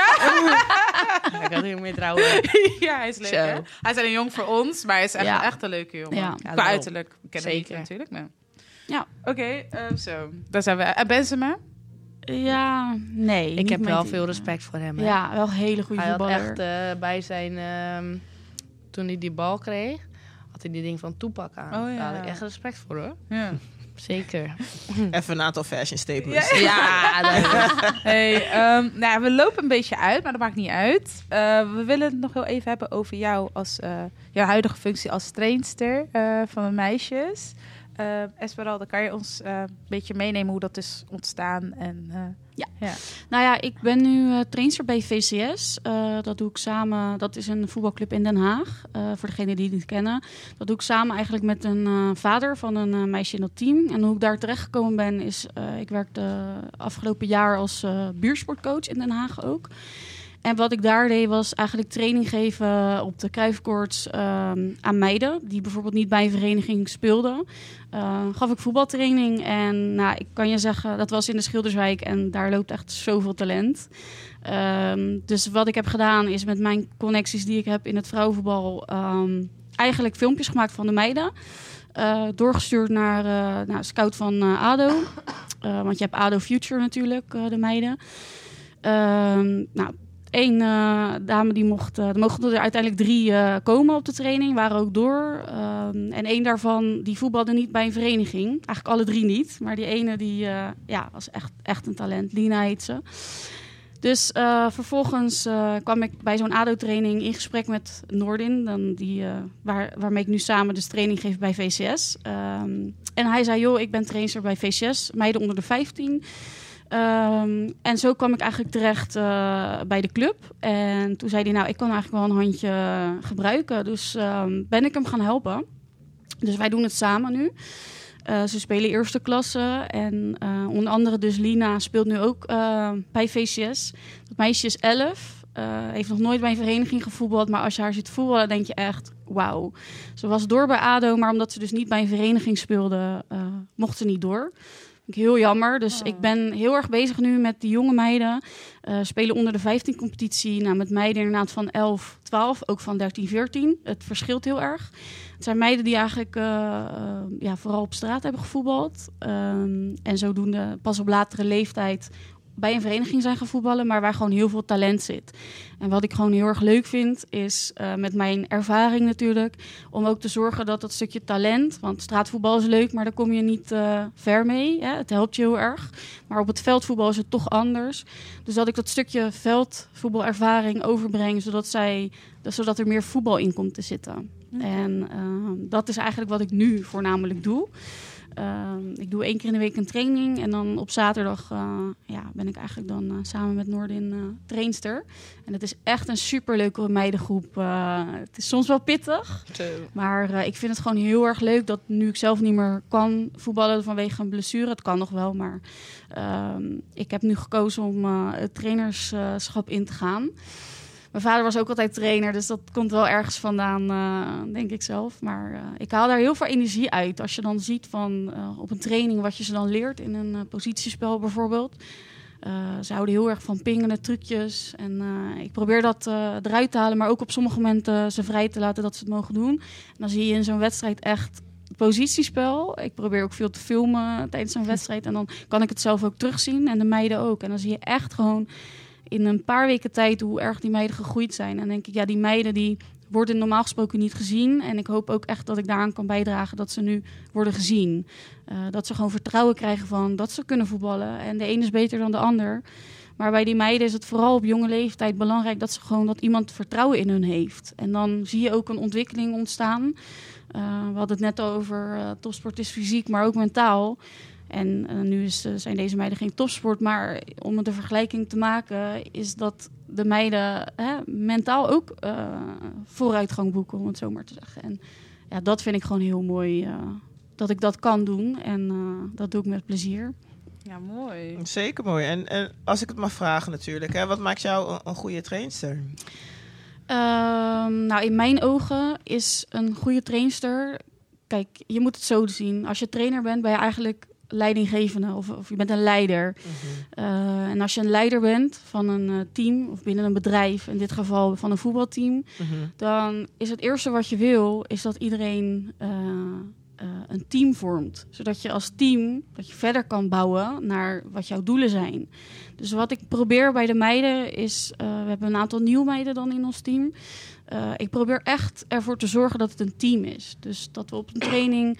Ik had heel mee trouwen. Ja, hij is leuk Zo. hè. Hij is alleen jong voor ons, maar hij is echt, Ja. echt een leuke jongen. Ja. Qua daarom. uiterlijk. We kennen hem niet Zeker. natuurlijk. Maar. Ja. Oké, zo. Daar zijn we. En Benzema? Ja, nee. Ik niet heb mijn wel type. veel respect voor hem. Hè. Ja, wel een hele goede Hij had voetballer. echt bij zijn... toen hij die bal kreeg, had hij die ding van Tupac aan. Oh, ja. Daar had ik echt respect voor hoor. Ja. Zeker. Even een aantal fashion statements. Ja, dat is... Hey, nou, we lopen een beetje uit, maar dat maakt niet uit. We willen het nog heel even hebben over jou als jouw huidige functie als trainster van de meisjes. Esmeralda, kan je ons een beetje meenemen hoe dat is ontstaan? En, Ja. Nou ja, ik ben nu trainster bij VCS. Dat doe ik samen. Dat is een voetbalclub in Den Haag. Voor degenen die het niet kennen. Dat doe ik samen eigenlijk met een vader van een meisje in dat team. En hoe ik daar terecht gekomen ben is... ik werkte afgelopen jaar als buurtsportcoach in Den Haag ook. En wat ik daar deed was eigenlijk training geven op de Cruijffkoorts aan meiden. Die bijvoorbeeld niet bij een vereniging speelden. Gaf ik voetbaltraining. En nou, ik kan je zeggen, dat was in de Schilderswijk. En daar loopt echt zoveel talent. Dus wat ik heb gedaan is met mijn connecties die ik heb in het vrouwenvoetbal... eigenlijk filmpjes gemaakt van de meiden. Doorgestuurd naar scout van ADO. Want je hebt ADO Future natuurlijk, de meiden. Eén dame die mochten er uiteindelijk 3 komen op de training, waren ook door. En één daarvan die voetbalde niet bij een vereniging. Eigenlijk alle 3 niet. Maar die ene die was echt een talent. Lina heet ze. Dus vervolgens kwam ik bij zo'n ADO-training in gesprek met Noordin. Dan waarmee ik nu samen dus training geef bij VCS. En hij zei, joh, ik ben trainer bij VCS. Meiden onder de 15. En zo kwam ik eigenlijk terecht bij de club. En toen zei hij, nou, ik kan eigenlijk wel een handje gebruiken. Dus ben ik hem gaan helpen. Dus wij doen het samen nu. Ze spelen eerste klasse. En onder andere dus Lina speelt nu ook bij VCS. Dat meisje is 11. Heeft nog nooit bij een vereniging gevoetbald. Maar als je haar ziet voetballen, denk je echt, wauw. Ze was door bij ADO, maar omdat ze dus niet bij een vereniging speelde, mocht ze niet door. Heel jammer. Dus ik ben heel erg bezig nu met die jonge meiden. Spelen onder de 15 competitie. Nou, met meiden inderdaad van 11, 12. Ook van 13, 14. Het verschilt heel erg. Het zijn meiden die eigenlijk vooral op straat hebben gevoetbald. En zodoende pas op latere leeftijd bij een vereniging zijn gaan voetballen, maar waar gewoon heel veel talent zit. En wat ik gewoon heel erg leuk vind, is met mijn ervaring natuurlijk, om ook te zorgen dat dat stukje talent, want straatvoetbal is leuk, maar daar kom je niet ver mee. Hè? Het helpt je heel erg. Maar op het veldvoetbal is het toch anders. Dus dat ik dat stukje veldvoetbalervaring overbreng, zodat er meer voetbal in komt te zitten. En dat is eigenlijk wat ik nu voornamelijk doe. Ik doe 1 keer in de week een training. En dan op zaterdag ben ik eigenlijk dan samen met Noordin trainster. En het is echt een superleuke meidengroep. Het is soms wel pittig. Maar ik vind het gewoon heel erg leuk dat nu ik zelf niet meer kan voetballen vanwege een blessure. Het kan nog wel, maar ik heb nu gekozen om het trainerschap in te gaan. Mijn vader was ook altijd trainer, dus dat komt wel ergens vandaan, denk ik zelf. Maar ik haal daar heel veel energie uit. Als je dan ziet van op een training wat je ze dan leert in een positiespel bijvoorbeeld. Ze houden heel erg van pingende trucjes. En ik probeer dat eruit te halen, maar ook op sommige momenten ze vrij te laten dat ze het mogen doen. En dan zie je in zo'n wedstrijd echt het positiespel. Ik probeer ook veel te filmen tijdens zo'n wedstrijd. En dan kan ik het zelf ook terugzien en de meiden ook. En dan zie je echt gewoon in een paar weken tijd hoe erg die meiden gegroeid zijn. En dan denk ik, ja, die meiden die worden normaal gesproken niet gezien. En ik hoop ook echt dat ik daaraan kan bijdragen dat ze nu worden gezien. Dat ze gewoon vertrouwen krijgen van dat ze kunnen voetballen. En de ene is beter dan de ander. Maar bij die meiden is het vooral op jonge leeftijd belangrijk dat dat iemand vertrouwen in hun heeft. En dan zie je ook een ontwikkeling ontstaan. We hadden het net over topsport is fysiek, maar ook mentaal. En nu zijn deze meiden geen topsport, maar om de vergelijking te maken is dat de meiden mentaal ook vooruitgang boeken, om het zo maar te zeggen. En ja, dat vind ik gewoon heel mooi, dat ik dat kan doen en dat doe ik met plezier. Ja, mooi. Zeker mooi. En als ik het mag vragen natuurlijk, wat maakt jou een goede trainster? In mijn ogen is een goede trainster, kijk, je moet het zo zien. Als je trainer bent, ben je eigenlijk leidinggevende of je bent een leider. Uh-huh. En als je een leider bent van een team of binnen een bedrijf, in dit geval van een voetbalteam, dan is het eerste wat je wil, is dat iedereen een team vormt. Zodat je als team dat je verder kan bouwen naar wat jouw doelen zijn. Dus wat ik probeer bij de meiden is, we hebben een aantal nieuwe meiden dan in ons team. ik probeer echt ervoor te zorgen dat het een team is. Dus dat we op een training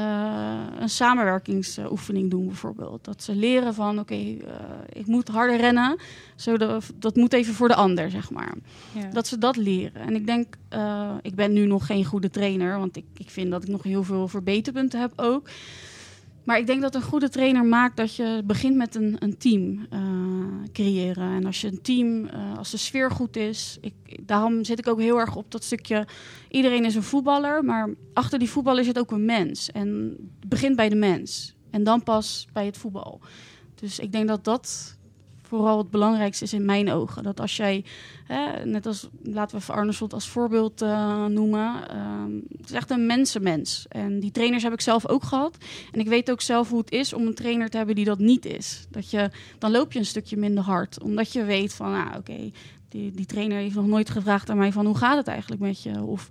een samenwerkingsoefening doen bijvoorbeeld. Dat ze leren van ik moet harder rennen. Dat moet even voor de ander, zeg maar. Ja. Dat ze dat leren. En ik denk, ik ben nu nog geen goede trainer. Want ik vind dat ik nog heel veel verbeterpunten heb ook. Maar ik denk dat een goede trainer maakt dat je begint met een team creëren. En als je een team, als de sfeer goed is... Daarom zit ik ook heel erg op dat stukje... Iedereen is een voetballer, maar achter die voetballer zit ook een mens. En het begint bij de mens. En dan pas bij het voetbal. Dus ik denk dat dat vooral het belangrijkste is in mijn ogen. Dat als jij, net als, laten we even Arne Slot als voorbeeld noemen. Het is echt een mensenmens. En die trainers heb ik zelf ook gehad. En ik weet ook zelf hoe het is om een trainer te hebben die dat niet is. Dan loop je een stukje minder hard. Omdat je weet van, die trainer heeft nog nooit gevraagd aan mij van hoe gaat het eigenlijk met je? Of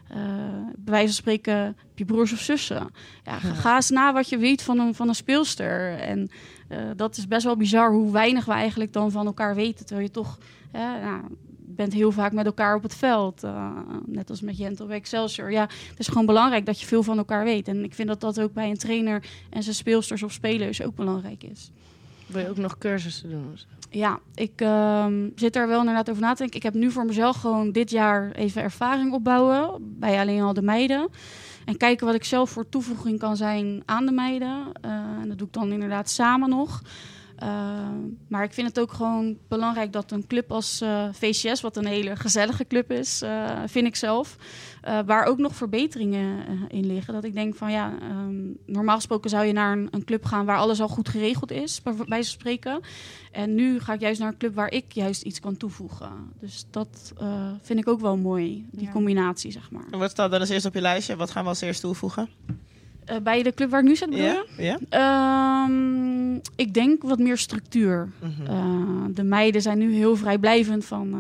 bij wijze van spreken, heb je broers of zussen? Ja, ga eens na wat je weet van een speelster. En dat is best wel bizar hoe weinig we eigenlijk dan van elkaar weten. Terwijl je toch bent heel vaak met elkaar op het veld. Net als met Jentel bij Excelsior. Ja, het is gewoon belangrijk dat je veel van elkaar weet. En ik vind dat dat ook bij een trainer en zijn speelsters of spelers ook belangrijk is. Wil je ook nog cursussen doen? Ja, ik zit er wel inderdaad over na te denken. Ik heb nu voor mezelf gewoon dit jaar even ervaring opbouwen bij alleen al de meiden. En kijken wat ik zelf voor toevoeging kan zijn aan de meiden. En dat doe ik dan inderdaad samen nog. Maar ik vind het ook gewoon belangrijk dat een club als VCS, wat een hele gezellige club is, vind ik zelf, waar ook nog verbeteringen in liggen. Dat ik denk van normaal gesproken zou je naar een club gaan waar alles al goed geregeld is, bij wijze van spreken. En nu ga ik juist naar een club waar ik juist iets kan toevoegen. Dus dat vind ik ook wel mooi, die combinatie, zeg maar. En wat staat dan als eerst op je lijstje? Wat gaan we als eerst toevoegen? Bij de club waar ik nu zit, bedoel je? Ja? Ik denk wat meer structuur. De meiden zijn nu heel vrijblijvend van...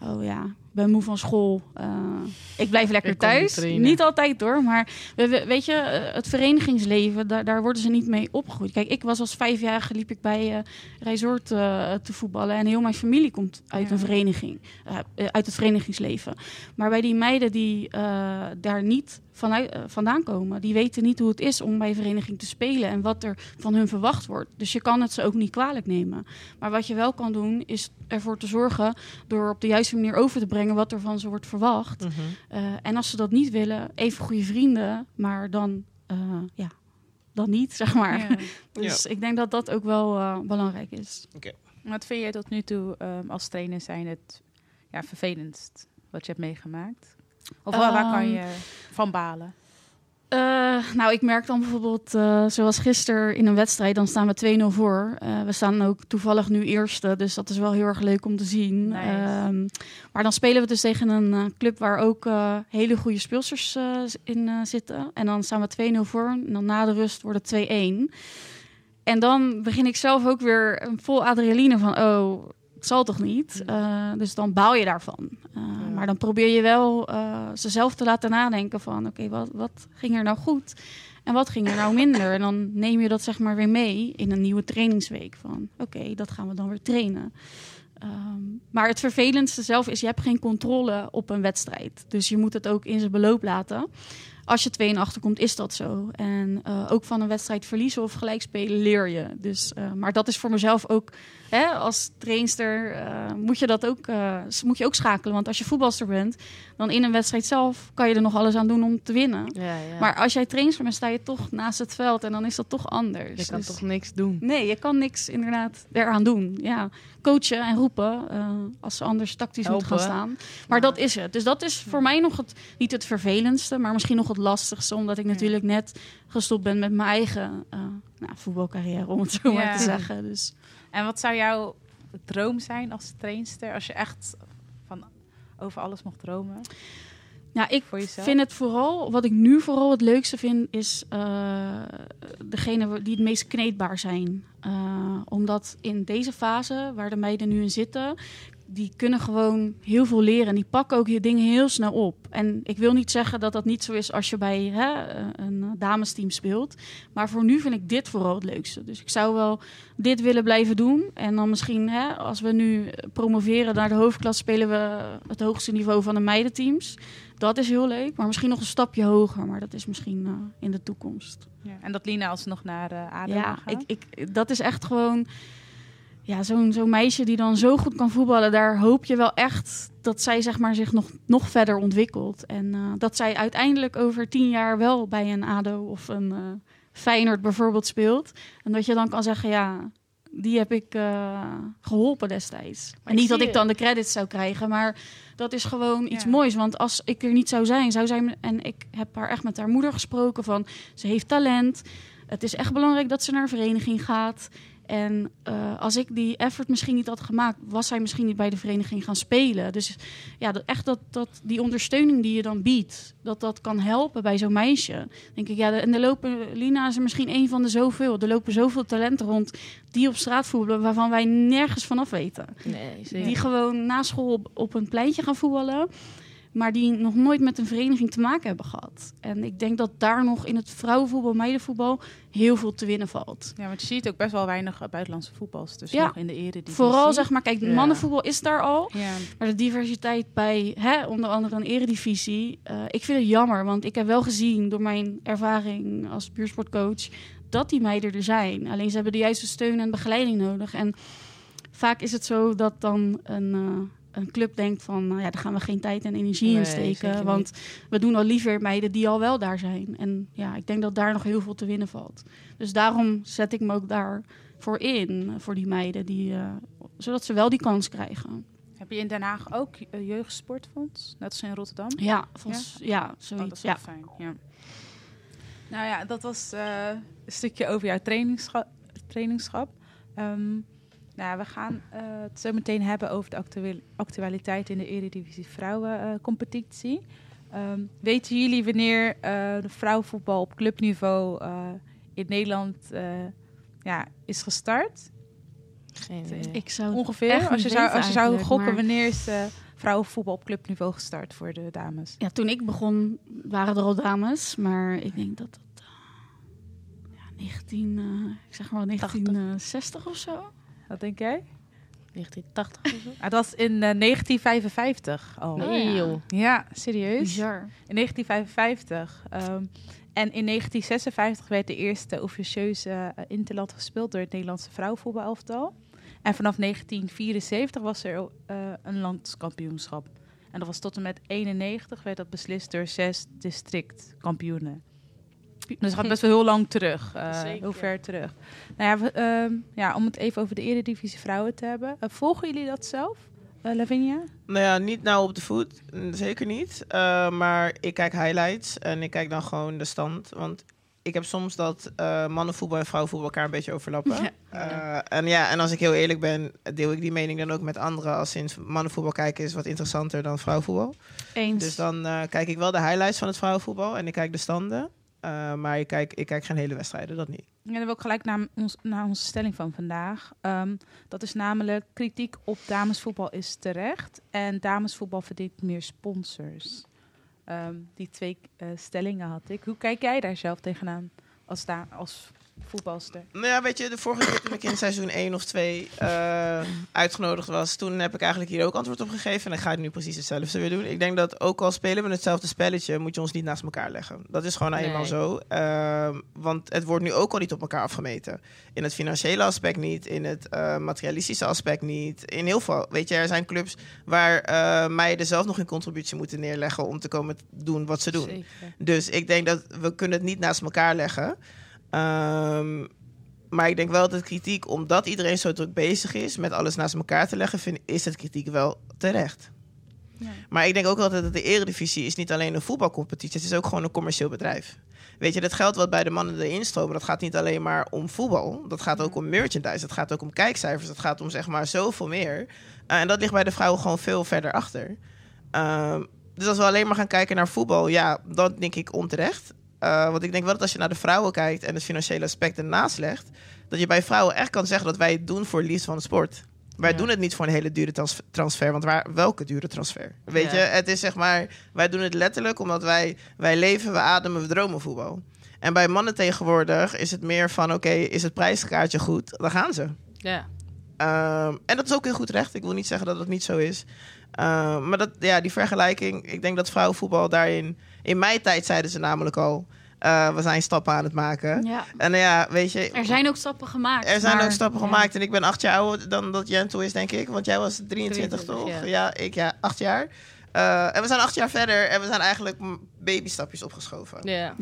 ik ben moe van school. Ik blijf lekker thuis. Niet altijd hoor, maar weet je, het verenigingsleven, daar worden ze niet mee opgegroeid. Kijk, ik was als 5-jarige, liep ik bij Resort te voetballen. En heel mijn familie komt uit een vereniging. Uit het verenigingsleven. Maar bij die meiden die daar niet vandaan komen, die weten niet hoe het is om bij een vereniging te spelen en wat er van hun verwacht wordt. Dus je kan het ze ook niet kwalijk nemen. Maar wat je wel kan doen, is ervoor te zorgen door op de juiste manier over te brengen wat er van ze wordt verwacht. En als ze dat niet willen, even goede vrienden, maar dan niet, zeg maar. Ja. Dus ik denk dat dat ook wel belangrijk is. Okay. Wat vind je tot nu toe als trainer zijn het vervelendst wat je hebt meegemaakt? Of waar kan je van balen? Ik merk dan bijvoorbeeld, zoals gisteren in een wedstrijd, dan staan we 2-0 voor. We staan ook toevallig nu eerste, dus dat is wel heel erg leuk om te zien. Nice. Maar dan spelen we dus tegen een club waar ook hele goede speelsters in zitten. En dan staan we 2-0 voor en dan na de rust wordt het 2-1. En dan begin ik zelf ook weer vol adrenaline van, het zal toch niet? Dus dan baal je daarvan. Maar dan probeer je wel ze zelf te laten nadenken van... oké, wat ging er nou goed? En wat ging er nou minder? En dan neem je dat zeg maar weer mee in een nieuwe trainingsweek. Van oké, dat gaan we dan weer trainen. Maar het vervelendste zelf is, je hebt geen controle op een wedstrijd. Dus je moet het ook in zijn beloop laten. Als je 2-1 achterkomt, is dat zo. En ook van een wedstrijd verliezen of gelijk spelen leer je. Dus, maar dat is voor mezelf ook, als trainster moet je ook schakelen. Want als je voetbalster bent, dan in een wedstrijd zelf kan je er nog alles aan doen om te winnen. Ja. Maar als jij trainster bent, sta je toch naast het veld en dan is dat toch anders. Je kan toch niks doen? Nee, je kan niks inderdaad eraan doen. Ja, coachen en roepen als ze anders tactisch moeten gaan staan. Maar dat is het. Dus dat is voor mij nog niet het vervelendste, maar misschien nog het lastigste. Omdat ik natuurlijk net gestopt ben met mijn eigen voetbalcarrière, om het zo maar te zeggen. Dus. En wat zou jouw droom zijn als trainster? Als je echt over alles mocht dromen? Nou, ik vind het vooral, wat ik nu vooral het leukste vind, is degene die het meest kneedbaar zijn. Omdat in deze fase, waar de meiden nu in zitten, die kunnen gewoon heel veel leren. En die pakken ook je dingen heel snel op. En ik wil niet zeggen dat dat niet zo is als je bij een damesteam speelt. Maar voor nu vind ik dit vooral het leukste. Dus ik zou wel dit willen blijven doen. En dan misschien, als we nu promoveren naar de hoofdklasse, spelen we het hoogste niveau van de meidenteams. Dat is heel leuk. Maar misschien nog een stapje hoger. Maar dat is misschien in de toekomst. Ja. En dat Lina alsnog naar ADO Ja, gaat? dat is echt gewoon... Ja, zo'n meisje die dan zo goed kan voetballen, daar hoop je wel echt dat zij zeg maar, zich nog verder ontwikkelt. En dat zij uiteindelijk over 10 jaar wel bij een ADO of een Feyenoord bijvoorbeeld speelt. En dat je dan kan zeggen, ja, die heb ik geholpen destijds. En niet dat ik dan de credits zou krijgen, maar dat is gewoon iets moois. Want als ik er niet zou zij... En ik heb haar echt met haar moeder gesproken van, ze heeft talent. Het is echt belangrijk dat ze naar een vereniging gaat. En als ik die effort misschien niet had gemaakt, was zij misschien niet bij de vereniging gaan spelen. Dus ja, die ondersteuning die je dan biedt, dat kan helpen bij zo'n meisje. Denk ik, ja, en er lopen, Lina is er misschien één van de zoveel. Er lopen zoveel talenten rond die op straat voetballen, waarvan wij nergens vanaf weten. Nee, zeker. Die gewoon na school op een pleintje gaan voetballen, maar die nog nooit met een vereniging te maken hebben gehad. En ik denk dat daar nog in het vrouwenvoetbal, meidenvoetbal, heel veel te winnen valt. Ja, want je ziet ook best wel weinig buitenlandse voetbals. Dus Ja. nog in de eredivisie. Vooral, zeg maar, kijk, Ja. mannenvoetbal is daar al. Ja. Maar de diversiteit bij, onder andere een eredivisie, ik vind het jammer. Want ik heb wel gezien door mijn ervaring als buurtsportcoach dat die meiden er zijn. Alleen ze hebben de juiste steun en begeleiding nodig. En vaak is het zo dat dan een club denkt van, nou ja, daar gaan we geen tijd en energie in zeker steken. niet. Want we doen al liever meiden die al wel daar zijn. En ja, ik denk dat daar nog heel veel te winnen valt. Dus daarom zet ik me ook daarvoor in, voor die meiden, zodat ze wel die kans krijgen. Heb je in Den Haag ook jeugdsportfonds? Net als in Rotterdam? Ja, ja, Oh, zoiets. dat is wel fijn. Ja. Nou ja, dat was een stukje over jouw trainingschap. Nou, we gaan het zo meteen hebben over de actualiteit in de Eredivisie Vrouwencompetitie. Weten jullie wanneer de vrouwenvoetbal op clubniveau in Nederland is gestart? Geen idee. Ik zou Ongeveer? echt Als je niet zou weten gokken, maar- wanneer is vrouwenvoetbal op clubniveau gestart voor de dames? Ja, toen ik begon waren er al dames, maar ik denk dat dat 1960 of zo. Wat denk jij? 1980 of zo? Ah, dat was in 1955 al. Nee, joh. Ja, serieus? Bizar. In 1955. En in 1956 werd de eerste officieuze interland gespeeld door het Nederlandse vrouwenvoetbalelftal. En vanaf 1974 was er een landskampioenschap. En dat was tot en met 91 werd dat beslist door 6 districtkampioenen. Dus het gaat best wel heel lang terug. Zeker. Heel ver terug. Nou ja, om het even over de Eredivisie Vrouwen te hebben. Volgen jullie dat zelf, Lavinia? Nou ja, niet nou op de voet. Zeker niet. Maar ik kijk highlights en ik kijk dan gewoon de stand. Want ik heb soms dat mannenvoetbal en vrouwenvoetbal elkaar een beetje overlappen. En als ik heel eerlijk ben, deel ik die mening dan ook met anderen. Als sinds mannenvoetbal kijken is wat interessanter dan vrouwenvoetbal. Eens. Dus dan kijk ik wel de highlights van het vrouwenvoetbal en ik kijk de standen. Maar ik kijk geen hele wedstrijden, dat niet. Ja, dan wil ik gelijk naar onze stelling van vandaag. Dat is namelijk kritiek op damesvoetbal is terecht. En damesvoetbal verdient meer sponsors. Die 2 stellingen had ik. Hoe kijk jij daar zelf tegenaan als voetbalster? Nou ja, weet je, de vorige keer toen ik in seizoen 1 of 2 uitgenodigd was, toen heb ik eigenlijk hier ook antwoord op gegeven. En dan ga ik nu precies hetzelfde weer doen. Ik denk dat ook al spelen we hetzelfde spelletje, moet je ons niet naast elkaar leggen. Dat is gewoon nou eenmaal zo. Want het wordt nu ook al niet op elkaar afgemeten. In het financiële aspect niet, in het materialistische aspect niet. In heel veel, weet je, er zijn clubs waar meiden zelf nog een contributie moeten neerleggen om te komen doen wat ze doen. Zeker. Dus ik denk dat we kunnen het niet naast elkaar leggen. Maar ik denk wel dat kritiek, omdat iedereen zo druk bezig is met alles naast elkaar te leggen, is het kritiek wel terecht. Ja. Maar ik denk ook altijd dat de Eredivisie is niet alleen een voetbalcompetitie, het is ook gewoon een commercieel bedrijf. Weet je, dat geld wat bij de mannen erin stromen, dat gaat niet alleen maar om voetbal. Dat gaat ook om merchandise, dat gaat ook om kijkcijfers, dat gaat om zeg maar zoveel meer. En dat ligt bij de vrouwen gewoon veel verder achter. Dus als we alleen maar gaan kijken naar voetbal, ja, dan denk ik onterecht. Want ik denk wel dat als je naar de vrouwen kijkt en het financiële aspect ernaast legt, dat je bij vrouwen echt kan zeggen dat wij het doen voor liefde van de sport. Wij doen het niet voor een hele dure transfer. Want welke dure transfer? Weet je, het is zeg maar... Wij doen het letterlijk omdat wij leven, we ademen, we dromen voetbal. En bij mannen tegenwoordig is het meer van... Oké, is het prijskaartje goed? Dan gaan ze. Ja. En dat is ook heel goed recht. Ik wil niet zeggen dat het niet zo is. Maar die vergelijking... Ik denk dat vrouwenvoetbal daarin... In mijn tijd zeiden ze namelijk al... we zijn stappen aan het maken. Ja. En weet je... Er zijn ook stappen gemaakt. Er zijn ook stappen gemaakt. En ik ben 8 jaar ouder dan dat Jentel is, denk ik. Want jij was 23 toch? Ja, ik 8 jaar. En we zijn 8 jaar verder. En we zijn eigenlijk babystapjes opgeschoven.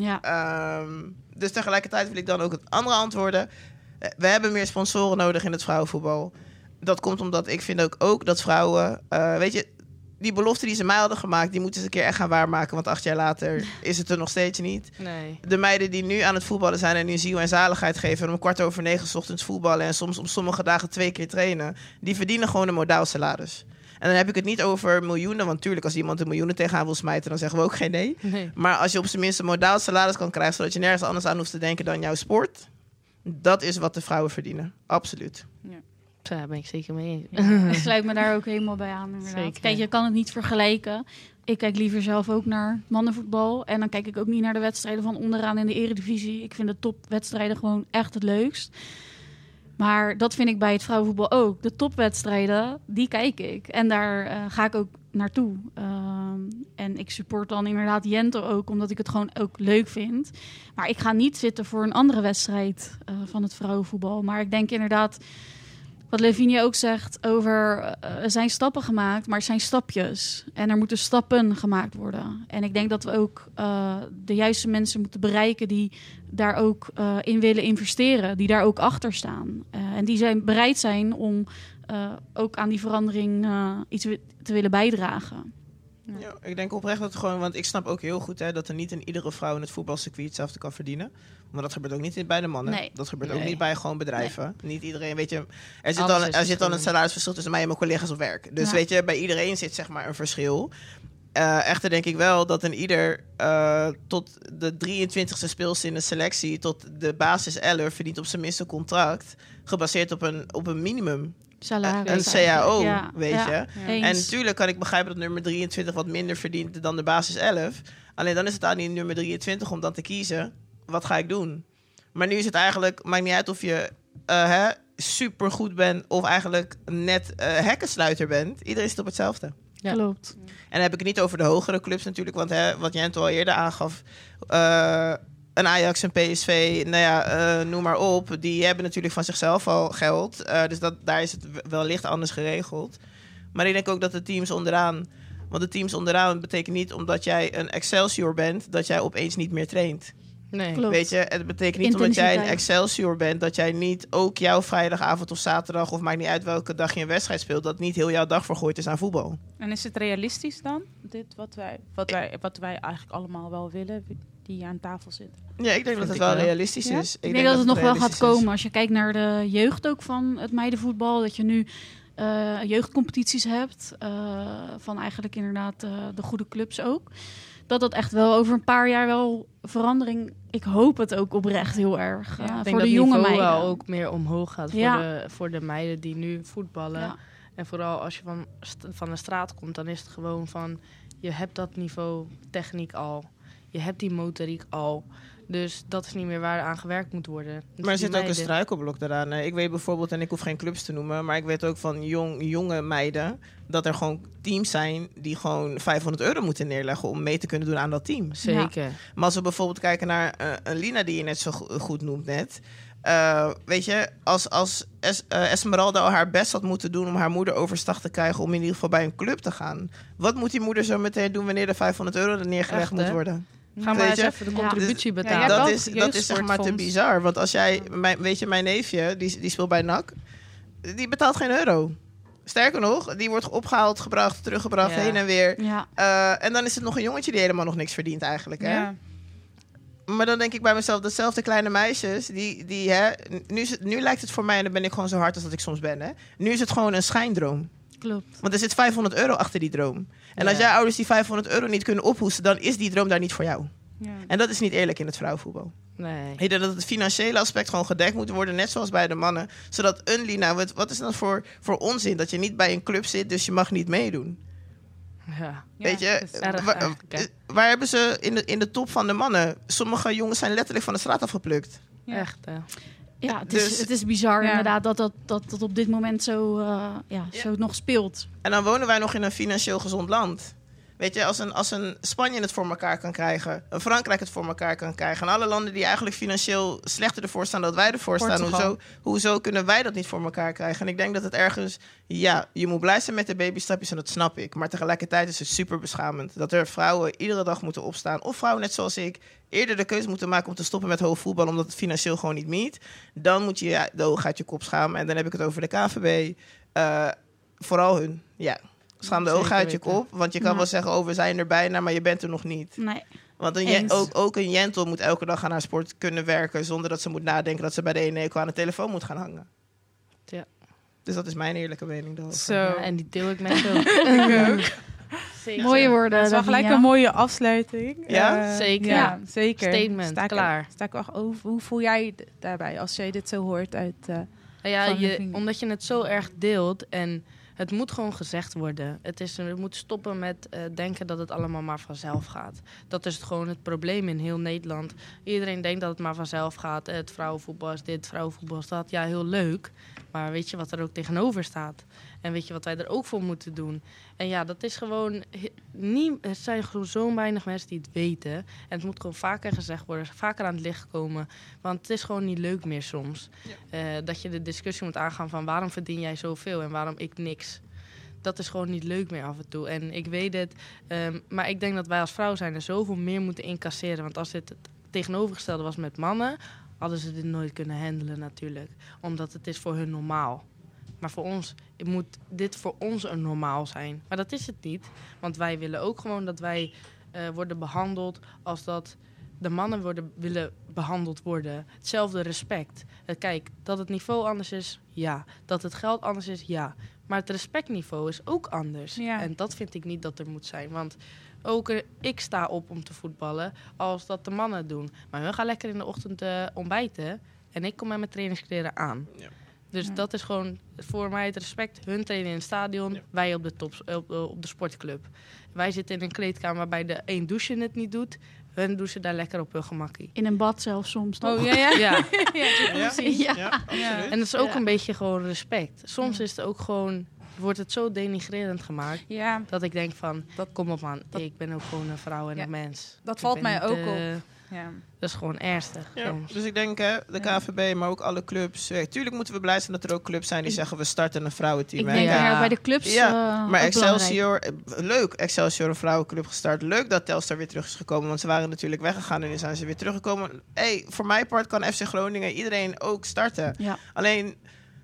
Ja. Dus tegelijkertijd wil ik dan ook het andere antwoorden. We hebben meer sponsoren nodig in het vrouwenvoetbal. Dat komt omdat ik vind ook dat vrouwen... weet je, die belofte die ze mij hadden gemaakt... die moeten ze een keer echt gaan waarmaken. Want 8 jaar later is het er nog steeds niet. Nee. De meiden die nu aan het voetballen zijn... en nu ziel en zaligheid geven... en om 8:45 's ochtends voetballen... en soms op sommige dagen 2 keer trainen... die verdienen gewoon een modaal salaris. En dan heb ik het niet over miljoenen... want natuurlijk als iemand de miljoenen tegenaan wil smijten... dan zeggen we ook geen nee. Maar als je op zijn minst een modaal salaris kan krijgen... zodat je nergens anders aan hoeft te denken dan jouw sport... dat is wat de vrouwen verdienen. Absoluut. Ja. Daar ben ik zeker mee eens. Ik sluit me daar ook helemaal bij aan, inderdaad. Zeker. Kijk, je kan het niet vergelijken. Ik kijk liever zelf ook naar mannenvoetbal. En dan kijk ik ook niet naar de wedstrijden van onderaan in de eredivisie. Ik vind de topwedstrijden gewoon echt het leukst. Maar dat vind ik bij het vrouwenvoetbal ook. De topwedstrijden, die kijk ik. En daar ga ik ook naartoe. En ik support dan inderdaad Jente ook, omdat ik het gewoon ook leuk vind. Maar ik ga niet zitten voor een andere wedstrijd van het vrouwenvoetbal. Maar ik denk inderdaad... Wat Lavinia ook zegt over... er zijn stappen gemaakt, maar het zijn stapjes. En er moeten stappen gemaakt worden. En ik denk dat we ook de juiste mensen moeten bereiken... die daar ook in willen investeren. Die daar ook achter staan. En die bereid zijn om ook aan die verandering iets te willen bijdragen. Ja, ik denk oprecht dat het gewoon... Want ik snap ook heel goed dat er niet in iedere vrouw in het voetbalcircuit hetzelfde kan verdienen. Maar dat gebeurt ook niet bij de mannen. Nee. Dat gebeurt ook niet bij gewoon bedrijven. Nee. Niet iedereen, weet je... Er zit dan een salarisverschil tussen mij en mijn collega's op werk. Dus weet je, bij iedereen zit zeg maar een verschil. Echter denk ik wel dat een ieder tot de 23e speelster in de selectie... tot de basis 11 verdient op zijn minst een contract... gebaseerd op een minimum. Salaris. Een CAO, weet je. Eens. En natuurlijk kan ik begrijpen dat nummer 23 wat minder verdient dan de basis 11. Alleen dan is het aan die nummer 23 om dan te kiezen. Wat ga ik doen? Maar nu is het eigenlijk, maakt niet uit of je super goed bent of eigenlijk net hekkensluiter bent. Iedereen zit op hetzelfde. Ja. Klopt. En dan heb ik het niet over de hogere clubs natuurlijk. Want wat Jente al eerder aangaf... een Ajax, een PSV, noem maar op. Die hebben natuurlijk van zichzelf al geld. Dus daar is het wellicht anders geregeld. Maar ik denk ook dat de teams onderaan... Want de teams onderaan betekent niet omdat jij een Excelsior bent... dat jij opeens niet meer traint. Nee. Klopt. Weet je, het betekent niet omdat jij een Excelsior bent... dat jij niet ook jouw vrijdagavond of zaterdag... of maakt niet uit welke dag je een wedstrijd speelt... dat niet heel jouw dag vergooid is aan voetbal. En is het realistisch dan? Dit wat wij eigenlijk allemaal wel willen, die aan tafel zitten. Ja, ik denk dat het wel realistisch is. Ik denk dat het nog wel gaat komen. Als je kijkt naar de jeugd ook van het meidenvoetbal... dat je nu jeugdcompetities hebt... van eigenlijk inderdaad de goede clubs ook... dat echt wel over een paar jaar wel verandering... Ik hoop het ook oprecht heel erg. Voor de jonge meiden. Wel ook meer omhoog gaat voor de meiden die nu voetballen. Ja. En vooral als je van de straat komt, dan is het gewoon van... je hebt dat niveau techniek al. Je hebt die motoriek al. Dus dat is niet meer waar aan gewerkt moet worden. Dus maar er zit ook een struikelblok daaraan. Ik weet bijvoorbeeld, en ik hoef geen clubs te noemen... maar ik weet ook van jonge meiden... dat er gewoon teams zijn die gewoon €500 moeten neerleggen... om mee te kunnen doen aan dat team. Zeker. Ja. Maar als we bijvoorbeeld kijken naar een Lina die je net zo goed noemt net... weet je, als Esmeralda al haar best had moeten doen... om haar moeder overstag te krijgen om in ieder geval bij een club te gaan... wat moet die moeder zo meteen doen wanneer er €500 er neergelegd moet worden? Gaan we eens even de contributie betalen. Dat is zeg maar te bizar. Want als jij, mijn neefje, die speelt bij NAC... die betaalt geen euro. Sterker nog, die wordt opgehaald, gebracht, teruggebracht, heen en weer. Ja. En dan is het nog een jongetje die helemaal nog niks verdient eigenlijk. Hè? Ja. Maar dan denk ik bij mezelf, datzelfde kleine meisjes... nu lijkt het voor mij, en dan ben ik gewoon zo hard als dat ik soms ben... Hè? Nu is het gewoon een schijndroom. Klopt. Want er zit €500 achter die droom. En als jij ouders die €500 niet kunnen ophoesten... dan is die droom daar niet voor jou. Ja. En dat is niet eerlijk in het vrouwenvoetbal. Nee. Ik denk dat het financiële aspect gewoon gedekt moet worden, net zoals bij de mannen. Zodat wat is dat voor onzin? Dat je niet bij een club zit, dus je mag niet meedoen. Ja. Weet je, dat is erg eigenlijk, hè? waar hebben ze in de top van de mannen? Sommige jongens zijn letterlijk van de straat afgeplukt. Ja. Echt, Ja, Dus- het is bizar Ja. inderdaad dat op dit moment zo nog speelt. En dan wonen wij nog in een financieel gezond land. Weet je, als een Spanje het voor elkaar kan krijgen, een Frankrijk het voor elkaar kan krijgen, en alle landen die eigenlijk financieel slechter ervoor staan dan wij ervoor staan, Portugal. hoezo kunnen wij dat niet voor elkaar krijgen? En ik denk dat het ergens, ja, je moet blij zijn met de babystapjes en dat snap ik. Maar tegelijkertijd is het super beschamend dat er vrouwen iedere dag moeten opstaan, of vrouwen net zoals ik, eerder de keuze moeten maken om te stoppen met hoofdvoetbal omdat het financieel gewoon niet meet. Dan moet je de ogen uit je kop schamen. En dan heb ik het over de KNVB. Vooral hun, ja. Schaam de Zeker ogen uit je weten. kop. Want je kan Ja. wel zeggen, oh, we zijn er bijna, maar je bent er nog niet. Nee. Want Eens. ook een Jentel moet elke dag aan haar sport kunnen werken, zonder dat ze moet nadenken dat ze bij de ene aan de telefoon moet gaan hangen. Ja. Dus dat is mijn eerlijke mening daarover. Zo. Ja, en die deel ik met ook. Zeker. Mooie woorden. Dat is wel gelijk Lavinia. een mooie afsluiting. Ja? Zeker. Ja, zeker. Statement, klaar. Sta ik wel over. Hoe voel jij daarbij als jij dit zo hoort uit... Nou ja, van de vrienden. omdat je het zo erg deelt en het moet gewoon gezegd worden. We moeten stoppen met denken dat het allemaal maar vanzelf gaat. Dat is gewoon het probleem in heel Nederland. Iedereen denkt dat het maar vanzelf gaat. Het vrouwenvoetbal is dit, vrouwenvoetbal is dat. Ja, heel leuk. Maar weet je wat er ook tegenover staat? En weet je wat wij er ook voor moeten doen? En ja, dat is gewoon niet. Er zijn gewoon zo weinig mensen die het weten. En het moet gewoon vaker gezegd worden, vaker aan het licht komen. Want het is gewoon niet leuk meer soms. Dat je de discussie moet aangaan van waarom verdien jij zoveel en waarom ik niks. Dat is gewoon niet leuk meer af en toe. En ik weet het, maar ik denk dat wij als vrouw zijn er zoveel meer moeten incasseren. Want als dit het tegenovergestelde was met mannen, hadden ze dit nooit kunnen handelen natuurlijk. Omdat het is voor hun normaal. Maar voor ons moet dit voor ons een normaal zijn. Maar dat is het niet. Want wij willen ook gewoon dat wij worden behandeld als dat de mannen willen behandeld worden. Hetzelfde respect. Kijk, dat het niveau anders is, ja. Dat het geld anders is, ja. Maar het respectniveau is ook anders. Ja. En dat vind ik niet dat er moet zijn. Want ook ik sta op om te voetballen als dat de mannen het doen. Maar we gaan lekker in de ochtend ontbijten. En ik kom met mijn trainingskleren aan. Ja. Dus dat is gewoon voor mij het respect. Hun trainen in het stadion, wij op de sportclub. Wij zitten in een kleedkamer waarbij de één douche het niet doet. Hun douchen daar lekker op hun gemakkie. In een bad zelfs soms, toch? Oh, ja, ja. Ja, Ja, absoluut. en dat is ook een beetje gewoon respect. Soms is het ook gewoon, wordt het zo denigrerend gemaakt. Ja, Dat ik denk van, kom op man, ik ben ook gewoon een vrouw en Ja, een mens. dat Ik valt ben mij niet, ook op. ja. Dat is gewoon ernstig. Ja, soms. dus ik denk, de KNVB, maar ook alle clubs. Tuurlijk moeten we blij zijn dat er ook clubs zijn die zeggen, we starten een vrouwenteam. Ik hè. denk Ja. bij de clubs Ja, ook maar belangrijk. Excelsior, leuk, Excelsior een vrouwenclub gestart. Leuk dat Telstar weer terug is gekomen, want ze waren natuurlijk weggegaan en nu zijn ze weer teruggekomen. Voor mijn part kan FC Groningen iedereen ook starten. Ja. Alleen,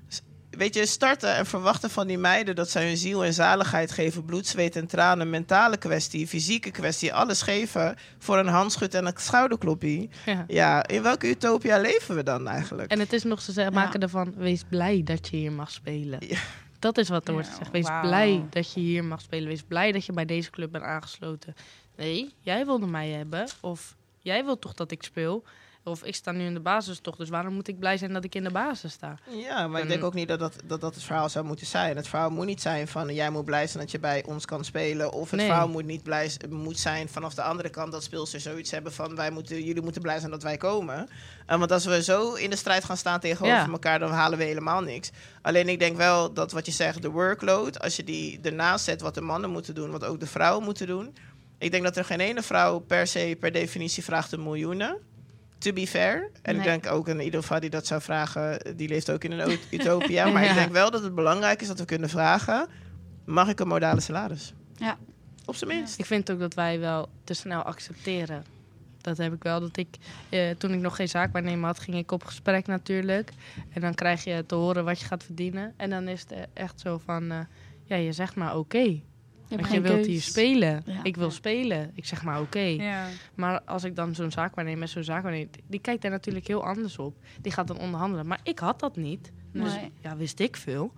weet je, starten en verwachten van die meiden dat zij hun ziel en zaligheid geven, bloed, zweet en tranen, mentale kwestie, fysieke kwestie, alles geven voor een handschut en een schouderkloppie. Ja. Ja, in welke utopia leven we dan eigenlijk? En het is nog ze maken ervan, wees blij dat je hier mag spelen. Ja. Dat is wat er Ja, wordt gezegd. Wees wauw. blij dat je hier mag spelen. Wees blij dat je bij deze club bent aangesloten. Nee, jij wilde mij hebben. Of jij wilt toch dat ik speel. Of ik sta nu in de basis toch, dus waarom moet ik blij zijn dat ik in de basis sta? Ja, maar ik denk ook niet dat het verhaal zou moeten zijn. Het verhaal moet niet zijn van jij moet blij zijn dat je bij ons kan spelen. Of het Nee. verhaal moet niet moet zijn vanaf de andere kant dat speelsters zoiets hebben van jullie moeten blij zijn dat wij komen. Want als we zo in de strijd gaan staan tegenover elkaar, dan halen we helemaal niks. Alleen ik denk wel dat wat je zegt, de workload, als je die ernaast zet wat de mannen moeten doen, wat ook de vrouwen moeten doen. Ik denk dat er geen ene vrouw per definitie vraagt een miljoenen. To be fair. En ik denk ook een ieder geval die dat zou vragen, die leeft ook in een utopia. Maar ik denk wel dat het belangrijk is dat we kunnen vragen, mag ik een modale salaris? Ja. Op zijn minst. Ik vind ook dat wij wel te snel accepteren. Dat heb ik wel. Dat ik, toen ik nog geen zaakwaarnemer had, ging ik op gesprek natuurlijk. En dan krijg je te horen wat je gaat verdienen. En dan is het echt zo van, je zegt maar oké. Want je wilt hier spelen. Ja. Ik wil spelen. Ik zeg maar oké. Ja. Maar als ik dan zo'n zaakwaarnemer, die kijkt daar natuurlijk heel anders op. Die gaat dan onderhandelen. Maar ik had dat niet. Dus Nee. ja, wist ik veel.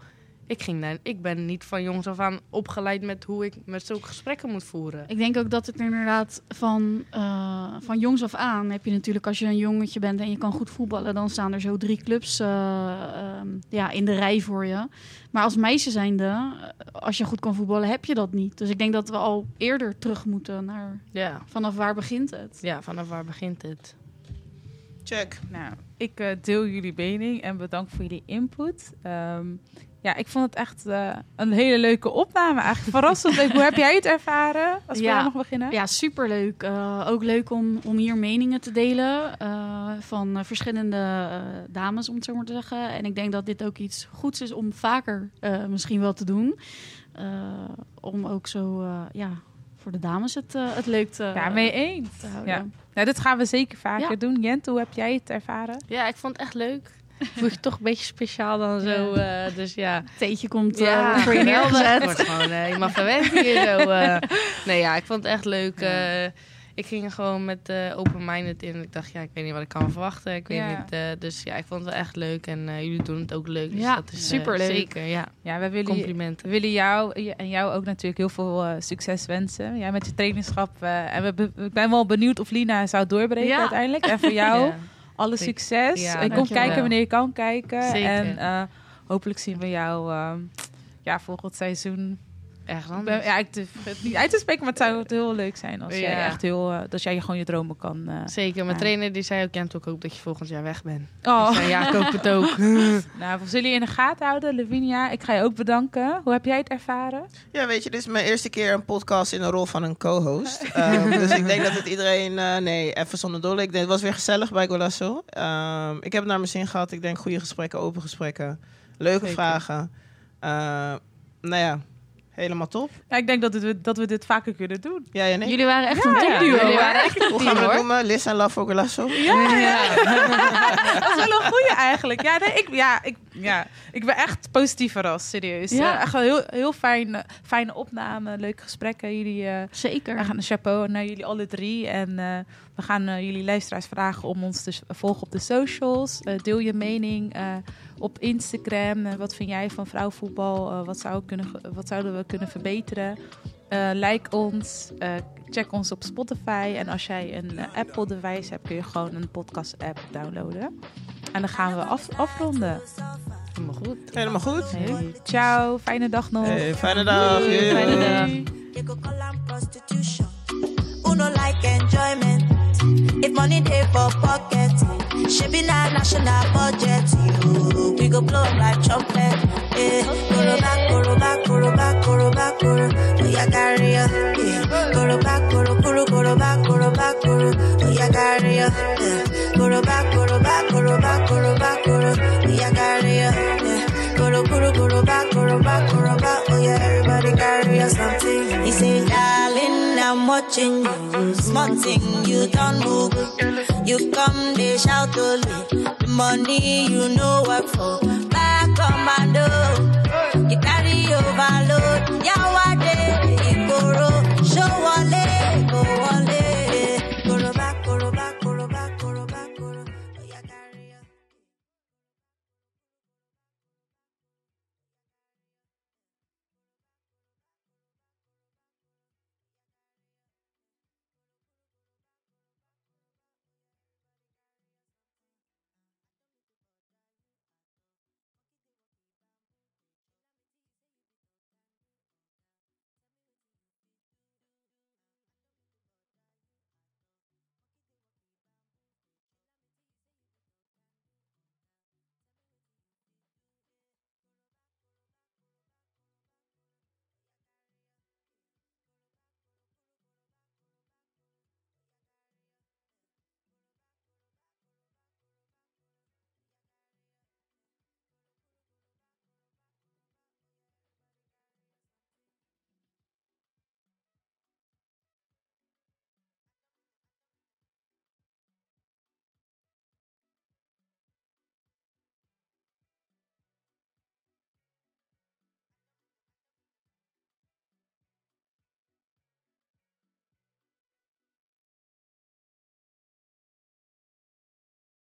ik ben niet van jongs af aan opgeleid met hoe ik met zulke gesprekken moet voeren. Ik denk ook dat het inderdaad van jongs af aan heb je natuurlijk, als je een jongetje bent en je kan goed voetballen, dan staan er zo 3 clubs in de rij voor je. Maar als meisje zijnde, als je goed kan voetballen, heb je dat niet. Dus ik denk dat we al eerder terug moeten naar vanaf waar begint het? Ja, vanaf waar begint het? Check. Nou, ik deel jullie mening en bedankt voor jullie input. Ik vond het echt een hele leuke opname. Eigenlijk verrassend leuk. Hoe heb jij het ervaren? Als we jou nog beginnen. Ja, superleuk. Ook leuk om hier meningen te delen van verschillende dames, om het zo maar te zeggen. En ik denk dat dit ook iets goeds is om vaker misschien wel te doen. Om ook zo, voor de dames het leuk te mee eens. te houden. Ja. Nou, dit gaan we zeker vaker doen. Jent, hoe heb jij het ervaren? Ja, ik vond het echt leuk. Voel je toch een beetje speciaal dan zo. Dus ja. Theetje komt voor je neergezet. Het wordt gewoon helemaal verwend hier zo. Ik vond het echt leuk. Ik ging er gewoon met open-minded in. Ik dacht, ik weet niet wat ik kan verwachten. Ik weet niet. Dus ik vond het wel echt leuk. En jullie doen het ook leuk. Dus dat is superleuk. Zeker, Ja, we willen complimenten. We willen jou en jou ook natuurlijk heel veel succes wensen. Ja, met je trainingschap. En ik ben wel benieuwd of Lina zou doorbreken uiteindelijk. En voor jou alle succes. Ja, kom kijken wanneer je kan kijken. Zeker. En hopelijk zien we jou volgend seizoen. Echt anders. Ik durf het niet uit te spreken, maar het zou heel leuk zijn als jij echt dat jij gewoon je dromen kan. Zeker. Mijn trainer die zei ook, Jent, ik hoop dat je volgend jaar weg bent. Oh. Ik zei, ik hoop het ook. Nou, we zullen je in de gaten houden, Lavinia. Ik ga je ook bedanken. Hoe heb jij het ervaren? Ja, weet je, dit is mijn eerste keer een podcast in de rol van een co-host. Dus ik denk dat het iedereen... even zonder dolle. Ik denk, het was weer gezellig bij Golasso. Ik heb het naar mijn zin gehad. Ik denk, goede gesprekken, open gesprekken. Leuke vragen. Helemaal top. Ja, ik denk dat we dit vaker kunnen doen. Ja, en ik. Jullie waren echt een topduo. Jullie waren echt een Hoe gaan we het noemen? Liz en Love voor Golasso? Ja. Dat is wel een goeie eigenlijk. Ik ben echt positief verrast, serieus. Ja. Echt wel heel fijne opname, leuke gesprekken. Jullie, Zeker. we gaan een chapeau naar jullie alle 3. En we gaan jullie luisteraars vragen om ons te volgen op de socials. Deel je mening op Instagram. Wat vind jij van vrouwenvoetbal? Wat zouden we kunnen verbeteren? Like ons. Check ons op Spotify. En als jij een Apple-device hebt, kun je gewoon een podcast-app downloaden. En dan gaan we afronden. Helemaal goed. Hey, ciao, fijne dag nog. Hey, fijne dag. Doei. Fijne dag. You could call am prostitution. Who no like enjoyment? If money dey for pocket, she be na national budget. We go blow up like trumpet. Koro back, koro back, koro back, koro back, koro. Oh yeah, carry ya. Koro back, koro koro koro back, koro back, koro. Oh yeah, carry ya. Koro back, koro back, koro back, koro back, koro. Oh yeah, carry ya. Koro koro koro back, koro back, koro back. Oh yeah, everybody carry ya something. He say, darling, I'm watching you. Small thing you don't move. You come, they shout only. The money you know work for. Back commando. You carry overload. Yeah, what